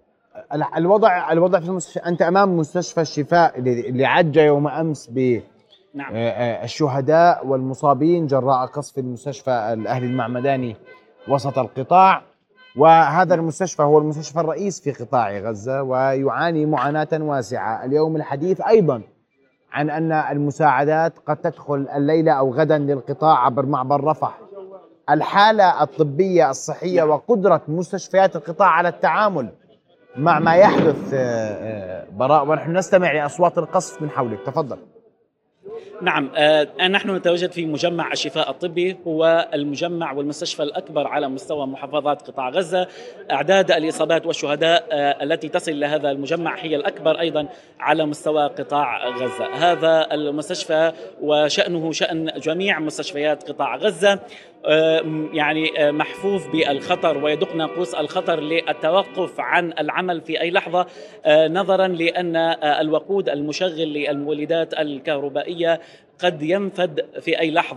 الوضع في المستشفى، أنت أمام مستشفى الشفاء اللي عج يوم أمس نعم. الشهداء والمصابين جراء قصف المستشفى الأهلي المعمداني وسط القطاع، وهذا المستشفى هو المستشفى الرئيس في قطاع غزة ويعاني معاناة واسعة. اليوم الحديث أيضا عن أن المساعدات قد تدخل الليلة أو غدا للقطاع عبر معبر رفح. الحالة الطبية الصحية وقدرة مستشفيات القطاع على التعامل مع ما يحدث براء، ونحن نستمع لأصوات القصف من حولك، تفضل. نعم، نحن نتواجد في مجمع الشفاء الطبي، هو المجمع والمستشفى الأكبر على مستوى محافظات قطاع غزة. أعداد الإصابات والشهداء التي تصل لهذا المجمع هي الأكبر أيضا على مستوى قطاع غزة. هذا المستشفى وشأنه شأن جميع مستشفيات قطاع غزة يعني محفوف بالخطر، ويدق ناقوس الخطر للتوقف عن العمل في أي لحظة، نظرا لأن الوقود المشغل للمولدات الكهربائية قد ينفد في أي لحظة.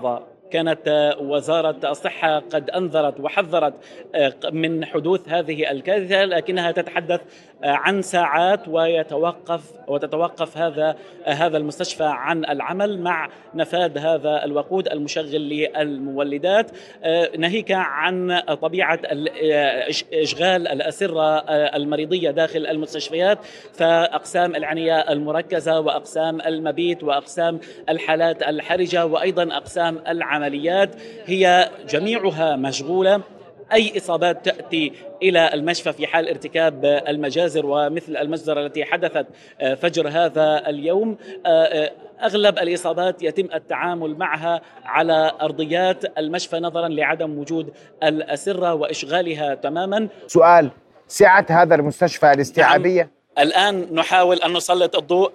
كانت وزارة الصحة قد أنذرت وحذرت من حدوث هذه الكارثة، لكنها تتحدث عن ساعات وتتوقف هذا المستشفى عن العمل مع نفاذ هذا الوقود المشغل للمولدات، ناهيك عن طبيعة إشغال الأسرة المريضية داخل المستشفيات، فأقسام العناية المركزة وأقسام المبيت وأقسام الحالات الحرجة وأيضا أقسام العمليات هي جميعها مشغولة. أي إصابات تأتي إلى المشفى في حال ارتكاب المجازر ومثل المجزرة التي حدثت فجر هذا اليوم، أغلب الإصابات يتم التعامل معها على أرضيات المشفى نظرا لعدم وجود الأسرة وإشغالها تماما. سؤال: سعة هذا المستشفى الاستيعابية؟ الآن نحاول أن نسلط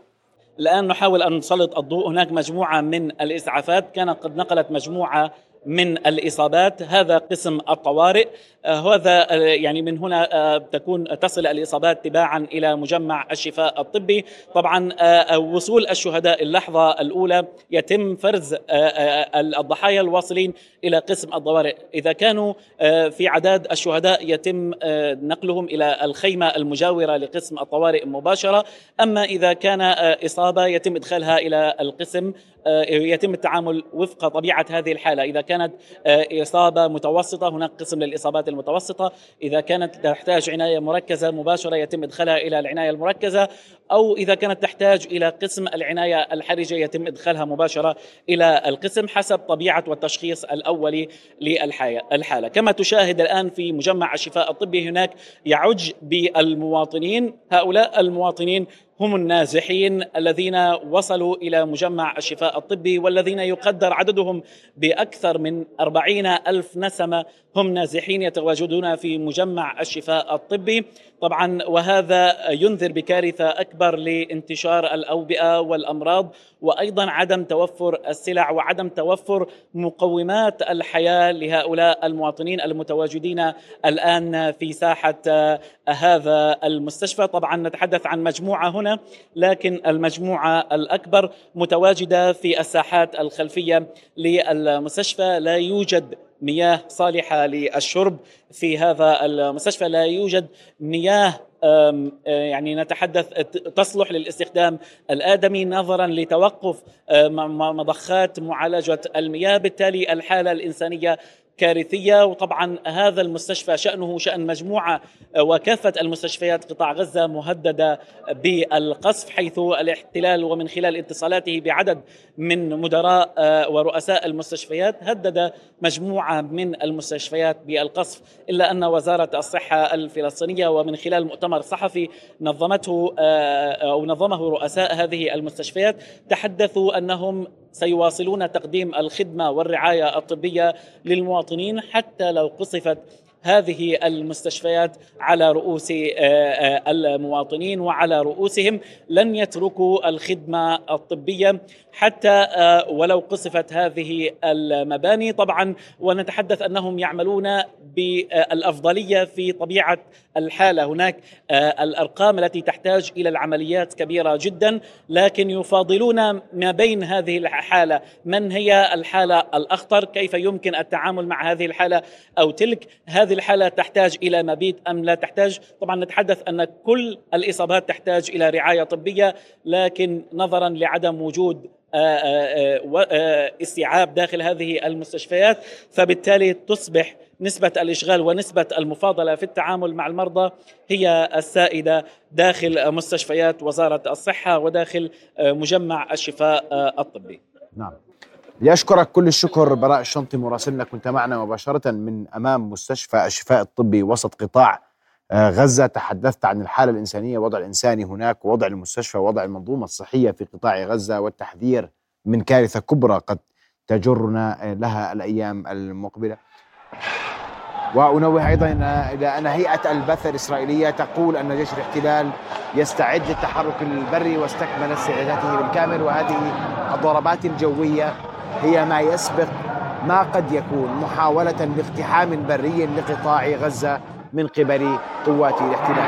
الضوء. هناك مجموعة من الإسعافات كانت قد نقلت مجموعة من الإصابات، هذا قسم الطوارئ، هذا يعني من هنا تصل الإصابات تباعا إلى مجمع الشفاء الطبي. طبعا وصول الشهداء اللحظة الأولى يتم فرز الضحايا الواصلين إلى قسم الطوارئ، إذا كانوا في عدد الشهداء يتم نقلهم إلى الخيمة المجاورة لقسم الطوارئ مباشرة، أما إذا كان إصابة يتم إدخالها إلى القسم، يتم التعامل وفق طبيعة هذه الحالة. إذا كانت إصابة متوسطة هناك قسم للإصابات المتوسطة، إذا كانت تحتاج عناية مركزة مباشرة يتم إدخالها إلى العناية المركزة، أو إذا كانت تحتاج إلى قسم العناية الحرجة يتم إدخالها مباشرة إلى القسم حسب طبيعة والتشخيص الأولي للحالة. كما تشاهد الآن في مجمع الشفاء الطبي هناك يعج بالمواطنين، هؤلاء المواطنين هم النازحين الذين وصلوا إلى مجمع الشفاء الطبي والذين يقدر عددهم بأكثر من 40,000 نسمة، هم نازحين يتواجدون في مجمع الشفاء الطبي. طبعا وهذا ينذر بكارثة أكبر لانتشار الأوبئة والأمراض، وأيضا عدم توفر السلع وعدم توفر مقومات الحياة لهؤلاء المواطنين المتواجدين الآن في ساحة هذا المستشفى. طبعا نتحدث عن مجموعة هنا، لكن المجموعة الأكبر متواجدة في الساحات الخلفية للمستشفى. لا يوجد مياه صالحة للشرب في هذا المستشفى، لا يوجد مياه يعني نتحدث تصلح للاستخدام الآدمي نظرا لتوقف مضخات معالجة المياه، بالتالي الحالة الإنسانية كارثية. وطبعا هذا المستشفى شأنه شأن مجموعة وكافة المستشفيات قطاع غزة مهددة بالقصف، حيث الاحتلال ومن خلال اتصالاته بعدد من مدراء ورؤساء المستشفيات هدد مجموعة من المستشفيات بالقصف، إلا أن وزارة الصحة الفلسطينية ومن خلال مؤتمر صحفي نظمه رؤساء هذه المستشفيات تحدثوا أنهم سيواصلون تقديم الخدمة والرعاية الطبية للمواطنين حتى لو قصفت هذه المستشفيات على رؤوس المواطنين وعلى رؤوسهم، لن يتركوا الخدمة الطبية حتى ولو قصفت هذه المباني. طبعا ونتحدث أنهم يعملون بالأفضلية في طبيعة الحالة، هناك الأرقام التي تحتاج إلى العمليات كبيرة جدا، لكن يفاضلون ما بين هذه الحالة، من هي الحالة الأخطر، كيف يمكن التعامل مع هذه الحالة أو تلك، هذه الحالة تحتاج إلى مبيت أم لا تحتاج. طبعا نتحدث أن كل الإصابات تحتاج إلى رعاية طبية، لكن نظرا لعدم وجود استيعاب داخل هذه المستشفيات، فبالتالي تصبح نسبة الإشغال ونسبة المفاضلة في التعامل مع المرضى هي السائدة داخل مستشفيات وزارة الصحة وداخل مجمع الشفاء الطبي. نعم، يشكرك كل الشكر براء الشنطي مراسلنا، كنت معنا مباشرة من أمام مستشفى الشفاء الطبي وسط قطاع غزة. تحدثت عن الحالة الإنسانية، وضع الإنساني هناك، وضع المستشفى، وضع المنظومة الصحية في قطاع غزة، والتحذير من كارثة كبرى قد تجرنا لها الأيام المقبلة. وأنوه أيضا إلى أن هيئة البث الإسرائيلية تقول أن جيش الاحتلال يستعد للتحرك البري واستكمل استعداداته بالكامل، وهذه الضربات الجوية هي ما يسبق ما قد يكون محاولة لاقتحام بري لقطاع غزة من قبل قوات الاحتلال.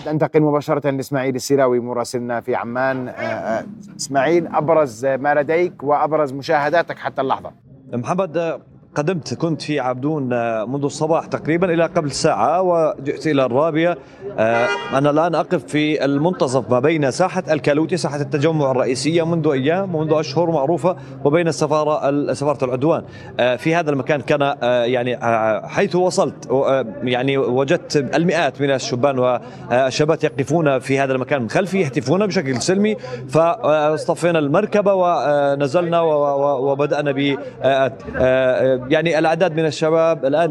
أنتقل مباشرة لإسماعيل السراوي مراسلنا في عمان. إسماعيل، أبرز ما لديك وأبرز مشاهداتك حتى اللحظة. محمد، كنت في عبدون منذ الصباح تقريبا إلى قبل ساعة وجئت إلى الرابية. أنا الآن أقف في المنتصف ما بين ساحة الكالوتي، ساحة التجمع الرئيسية منذ أيام ومنذ أشهر معروفة، وبين سفارة العدوان. في هذا المكان كان يعني حيث وصلت يعني وجدت المئات من الشبان والشابات يقفون في هذا المكان من خلفي يهتفون بشكل سلمي، فاصطفينا المركبة ونزلنا وبدأنا ب يعني الأعداد من الشباب الآن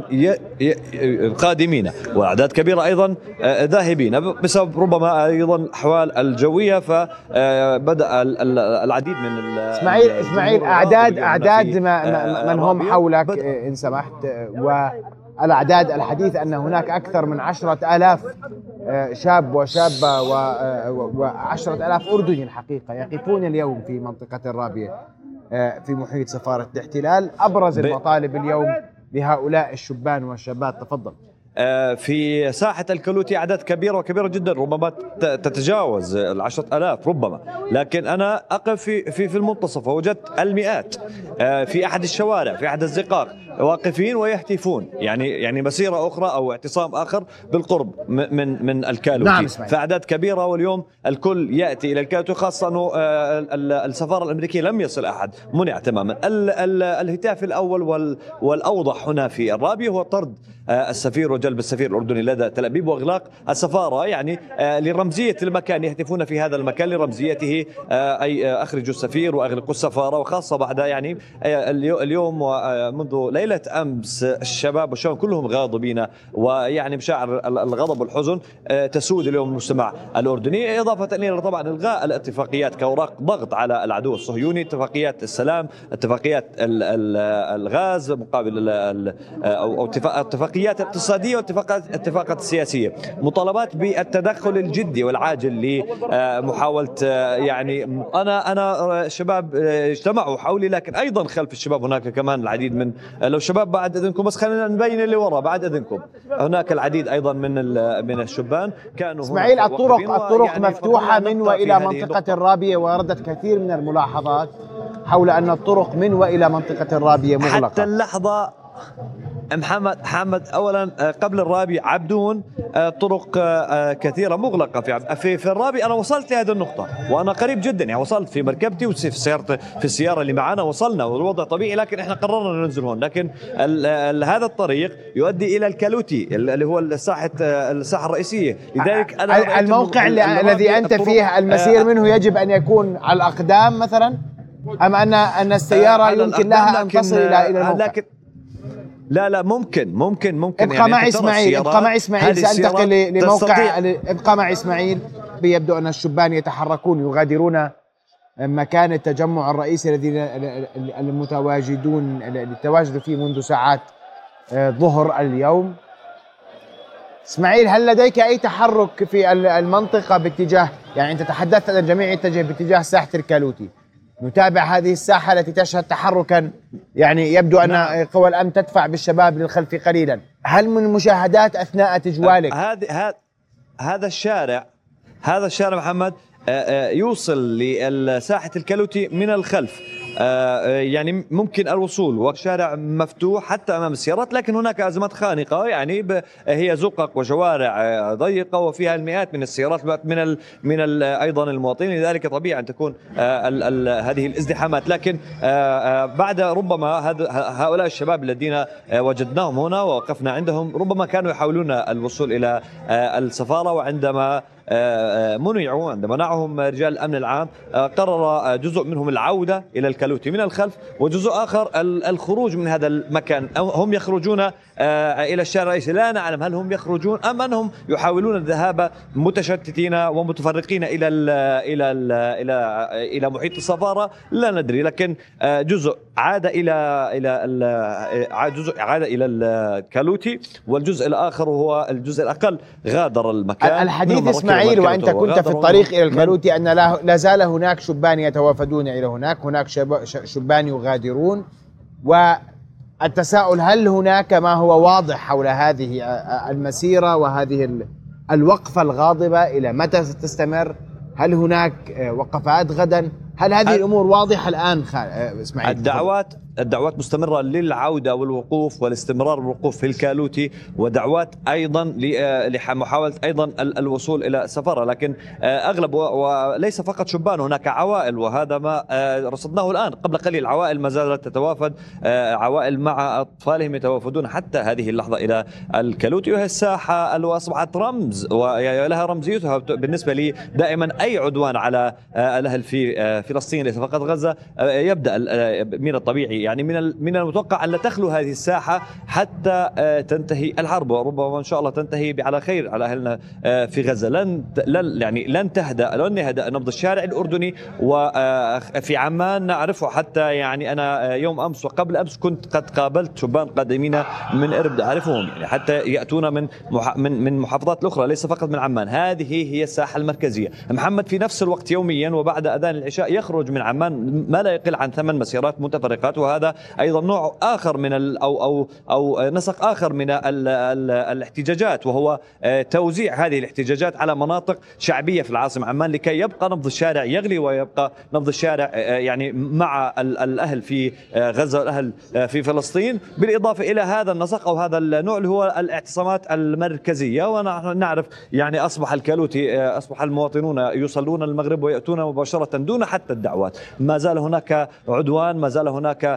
قادمين وأعداد كبيرة أيضا ذاهبين بسبب ربما أيضا الأحوال الجوية، فبدأ العديد من إسماعيل أعداد من هم حولك إن سمحت، والأعداد الحديث أن هناك أكثر من 10,000 شاب وشابة و10,000 أردني الحقيقة يقفون اليوم في منطقة الرابية في محيط سفارة الاحتلال. أبرز المطالب اليوم لهؤلاء الشبان والشابات، تفضل. في ساحة الكالوتي أعداد كبيرة جدا، ربما تتجاوز 10,000 ربما، لكن أنا أقف في المنتصف ووجدت المئات في أحد الشوارع، في أحد الزقاق واقفين ويهتفون، يعني مسيرة أخرى أو اعتصام آخر بالقرب من الكالوتي. نعم، فأعداد كبيرة، واليوم الكل يأتي إلى الكالوتي، خاصة أنه السفارة الأمريكية لم يصل أحد، منع تماما. الهتاف الأول والأوضح هنا في الرابية هو طرد السفير وجلب السفير الأردني لدى تل أبيب وإغلاق السفارة، يعني لرمزية المكان، يهتفون في هذا المكان لرمزيته، أي أخرجوا السفير وأغلقوا السفارة. وخاصة بعد يعني اليوم ومنذ ليلة أمس الشباب والشباب كلهم غاضبين، ويعني مشاعر الغضب والحزن تسود اليوم المجتمع الأردني، إضافة إلى طبعا إلغاء الاتفاقيات كأوراق ضغط على العدو الصهيوني، اتفاقيات السلام، اتفاقيات الغاز مقابل أو اتفاقيات اقتصادية واتفاقات سياسية. مطالبات بالتدخل الجدي والعاجل لمحاولة يعني أنا الشباب اجتمعوا حولي، لكن أيضا خلف الشباب هناك كمان العديد من، لو شباب بعد إذنكم بس خلينا نبين اللي وراء بعد إذنكم، هناك العديد أيضا من الشبان كانوا. إسماعيل، الطرق مفتوحة من وإلى منطقة الرابية، وردت كثير من الملاحظات حول أن الطرق من وإلى منطقة الرابية مغلقة حتى اللحظة. محمد اولا قبل الرابي عبدون طرق كثيره مغلقه في الرابي. انا وصلت لهذه النقطه وانا قريب جدا، يعني وصلت في مركبتي وفي سيارتي في السياره اللي معنا وصلنا والوضع طبيعي، لكن احنا قررنا ننزل هون. لكن هذا الطريق يؤدي الى الكالوتي اللي هو الساحه الرئيسيه، لذلك انا الموقع الذي انت فيه المسير منه يجب ان يكون على الاقدام مثلا، ام ان السياره يمكن لها ان تصل الى الموقع؟ لكن لا ممكن ابقى يعني معي إسماعيل سأنتقل لموقع. ابقى معي إسماعيل. يبدو أن الشبان يتحركون يغادرون مكان التجمع الرئيسي الذي المتواجدوا فيه منذ ساعات ظهر اليوم. إسماعيل، هل لديك أي تحرك في المنطقة باتجاه، يعني أنت تحدثت أن الجميع يتجه باتجاه ساحة الكالوتي، نتابع هذه الساحة التي تشهد تحركا، يعني يبدو أن قوى الأمن تدفع بالشباب للخلف قليلا. هل من مشاهدات أثناء تجوالك؟ هذا الشارع محمد يوصل لساحة الكالوتي من الخلف، يعني ممكن الوصول، والشارع مفتوح حتى أمام السيارات، لكن هناك أزمات خانقة، يعني هي زقق وشوارع ضيقة وفيها المئات من السيارات من أيضا المواطنين، لذلك طبيعي أن تكون هذه الازدحامات. لكن بعد ربما هؤلاء الشباب الذين وجدناهم هنا ووقفنا عندهم ربما كانوا يحاولون الوصول إلى السفارة، وعندما منعهم رجال الأمن العام قرر جزء منهم العودة إلى الكالوتي من الخلف، وجزء آخر الخروج من هذا المكان. هم يخرجون إلى الشارع الرئيسي، لا نعلم هل هم يخرجون أم أنهم يحاولون الذهاب متشتتين ومتفرقين إلى محيط السفارة، لا ندري. لكن جزء عاد إلى الكالوتي، والجزء الآخر هو الجزء الأقل غادر المكان. الحديث إسماعيل وأنت كنت في الطريق إلى الكالوتي أن لا زال هناك شبان يتوافدون إلى هناك شبان يغادرون، والتساؤل هل هناك ما هو واضح حول هذه المسيرة وهذه الوقفة الغاضبة إلى متى ستستمر؟ هل هناك وقفات غدا؟ هل هذه الأمور واضحة الآن إسماعيل؟ الدعوات مستمرة للعودة والوقوف والاستمرار بالوقوف في الكالوتي، ودعوات أيضا لمحاولة أيضا الوصول إلى السفارة، لكن أغلب وليس فقط شبان، هناك عوائل، وهذا ما رصدناه الآن قبل قليل. عوائل ما زالت تتوافد، عوائل مع أطفالهم يتوافدون حتى هذه اللحظة إلى الكالوتي، وهي الساحة اللي أصبحت رمز ولها رمزيتها بالنسبة لي. دائما أي عدوان على الأهل في فلسطين ليس فقط غزة يبدأ من الطبيعي، يعني من المتوقع أن لا تخلو هذه الساحة حتى تنتهي الحرب، وربما إن شاء الله تنتهي على خير على أهلنا في غزة. لن يهدأ نبض الشارع الأردني. وفي عمان نعرفه، حتى يعني أنا يوم أمس وقبل أمس كنت قد قابلت شبان قادمين من إربد أعرفهم، يعني حتى يأتون من محافظات الأخرى ليس فقط من عمان. هذه هي الساحة المركزية. محمد في نفس الوقت يوميا وبعد أذان العشاء يخرج من عمان ما لا يقل عن 8 مسيرات متفرقات، وهذا أيضا نوع آخر من أو نسق آخر من الاحتجاجات، وهو توزيع هذه الاحتجاجات على مناطق شعبية في العاصمة عمان لكي يبقى نبض الشارع يغلي، ويبقى نبض الشارع يعني مع الأهل في غزة والأهل في فلسطين، بالإضافة إلى هذا النسق أو هذا النوع اللي هو الاعتصامات المركزية. ونحن نعرف يعني أصبح الكالوتي، أصبح المواطنون يصلون المغرب ويأتون مباشرة دون حتى الدعوات. ما زال هناك عدوان، ما زال هناك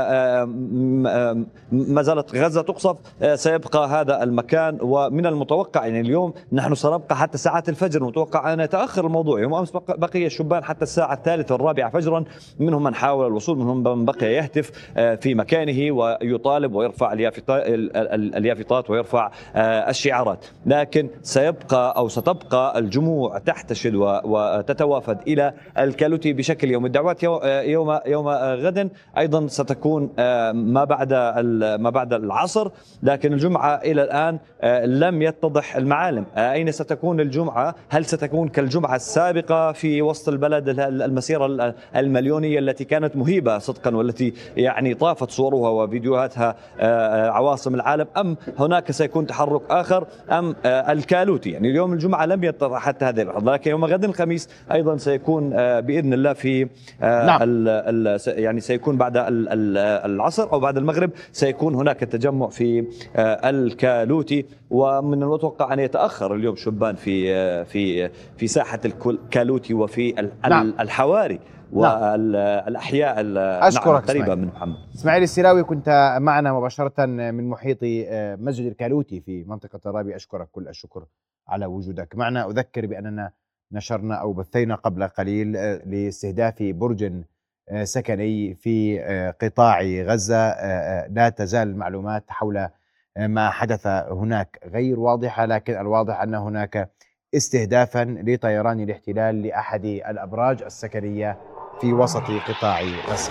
ما زالت غزة تقصف، سيبقى هذا المكان. ومن المتوقع يعني اليوم نحن سنبقى حتى ساعات الفجر، متوقع أن يتأخر الموضوع. يوم أمس بقي الشبان حتى الساعة 3 والرابعة فجرا، منهم من حاول الوصول، منهم من بقي يهتف في مكانه ويطالب ويرفع اليافطات ويرفع الشعارات. لكن ستبقى الجموع تحتشد وتتوافد إلى الكالوتي بشكل يوم. الدعوات يوم غد أيضا ستكون ما بعد العصر، لكن الجمعة إلى الآن لم يتضح المعالم. أين ستكون الجمعة؟ هل ستكون كالجمعة السابقة في وسط البلد، المسيرة المليونية التي كانت مهيبة صدقا والتي يعني طافت صورها وفيديوهاتها عواصم العالم، أم هناك سيكون تحرك آخر، أم الكالوتي؟ يعني اليوم الجمعة لم يتضح حتى هذه اللحظة، لكن يوم غد الخميس أيضا سيكون بإذن الله في يعني سيكون بعد العصر أو بعد المغرب سيكون هناك تجمع في الكالوتي. ومن المتوقع أن يتأخر اليوم شبان في ساحة الكالوتي وفي الحواري والأحياء قريبة من محمد. إسماعيل السراوي، كنت معنا مباشرة من محيط مسجد الكالوتي في منطقة الرابية. أشكرك كل الشكر على وجودك معنا. أذكر بأننا نشرنا أو بثينا قبل قليل لاستهداف برج سكني في قطاع غزة. لا تزال المعلومات حول ما حدث هناك غير واضحة، لكن الواضح أن هناك استهدافا لطيران الاحتلال لأحد الأبراج السكنية في وسط قطاع غزة.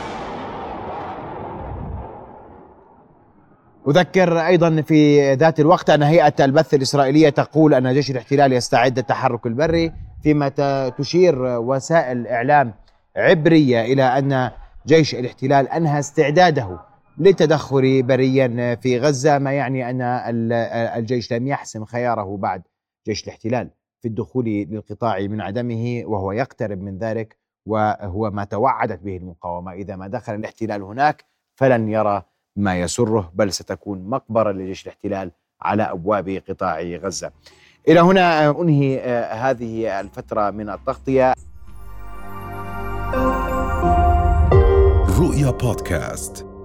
أذكر أيضا في ذات الوقت أن هيئة البث الإسرائيلية تقول أن جيش الاحتلال يستعد التحرك البري، فيما تشير وسائل إعلام عبرية إلى أن جيش الاحتلال أنهى استعداده للتدخل بريا في غزة، ما يعني أن الجيش لم يحسم خياره بعد جيش الاحتلال في الدخول للقطاع من عدمه، وهو يقترب من ذلك، وهو ما توعدت به المقاومة. إذا ما دخل الاحتلال هناك فلن يرى ما يسره، بل ستكون مقبرة لجيش الاحتلال على أبواب قطاع غزة. إلى هنا أنهي هذه الفترة من التغطية. رؤيا بودكاست.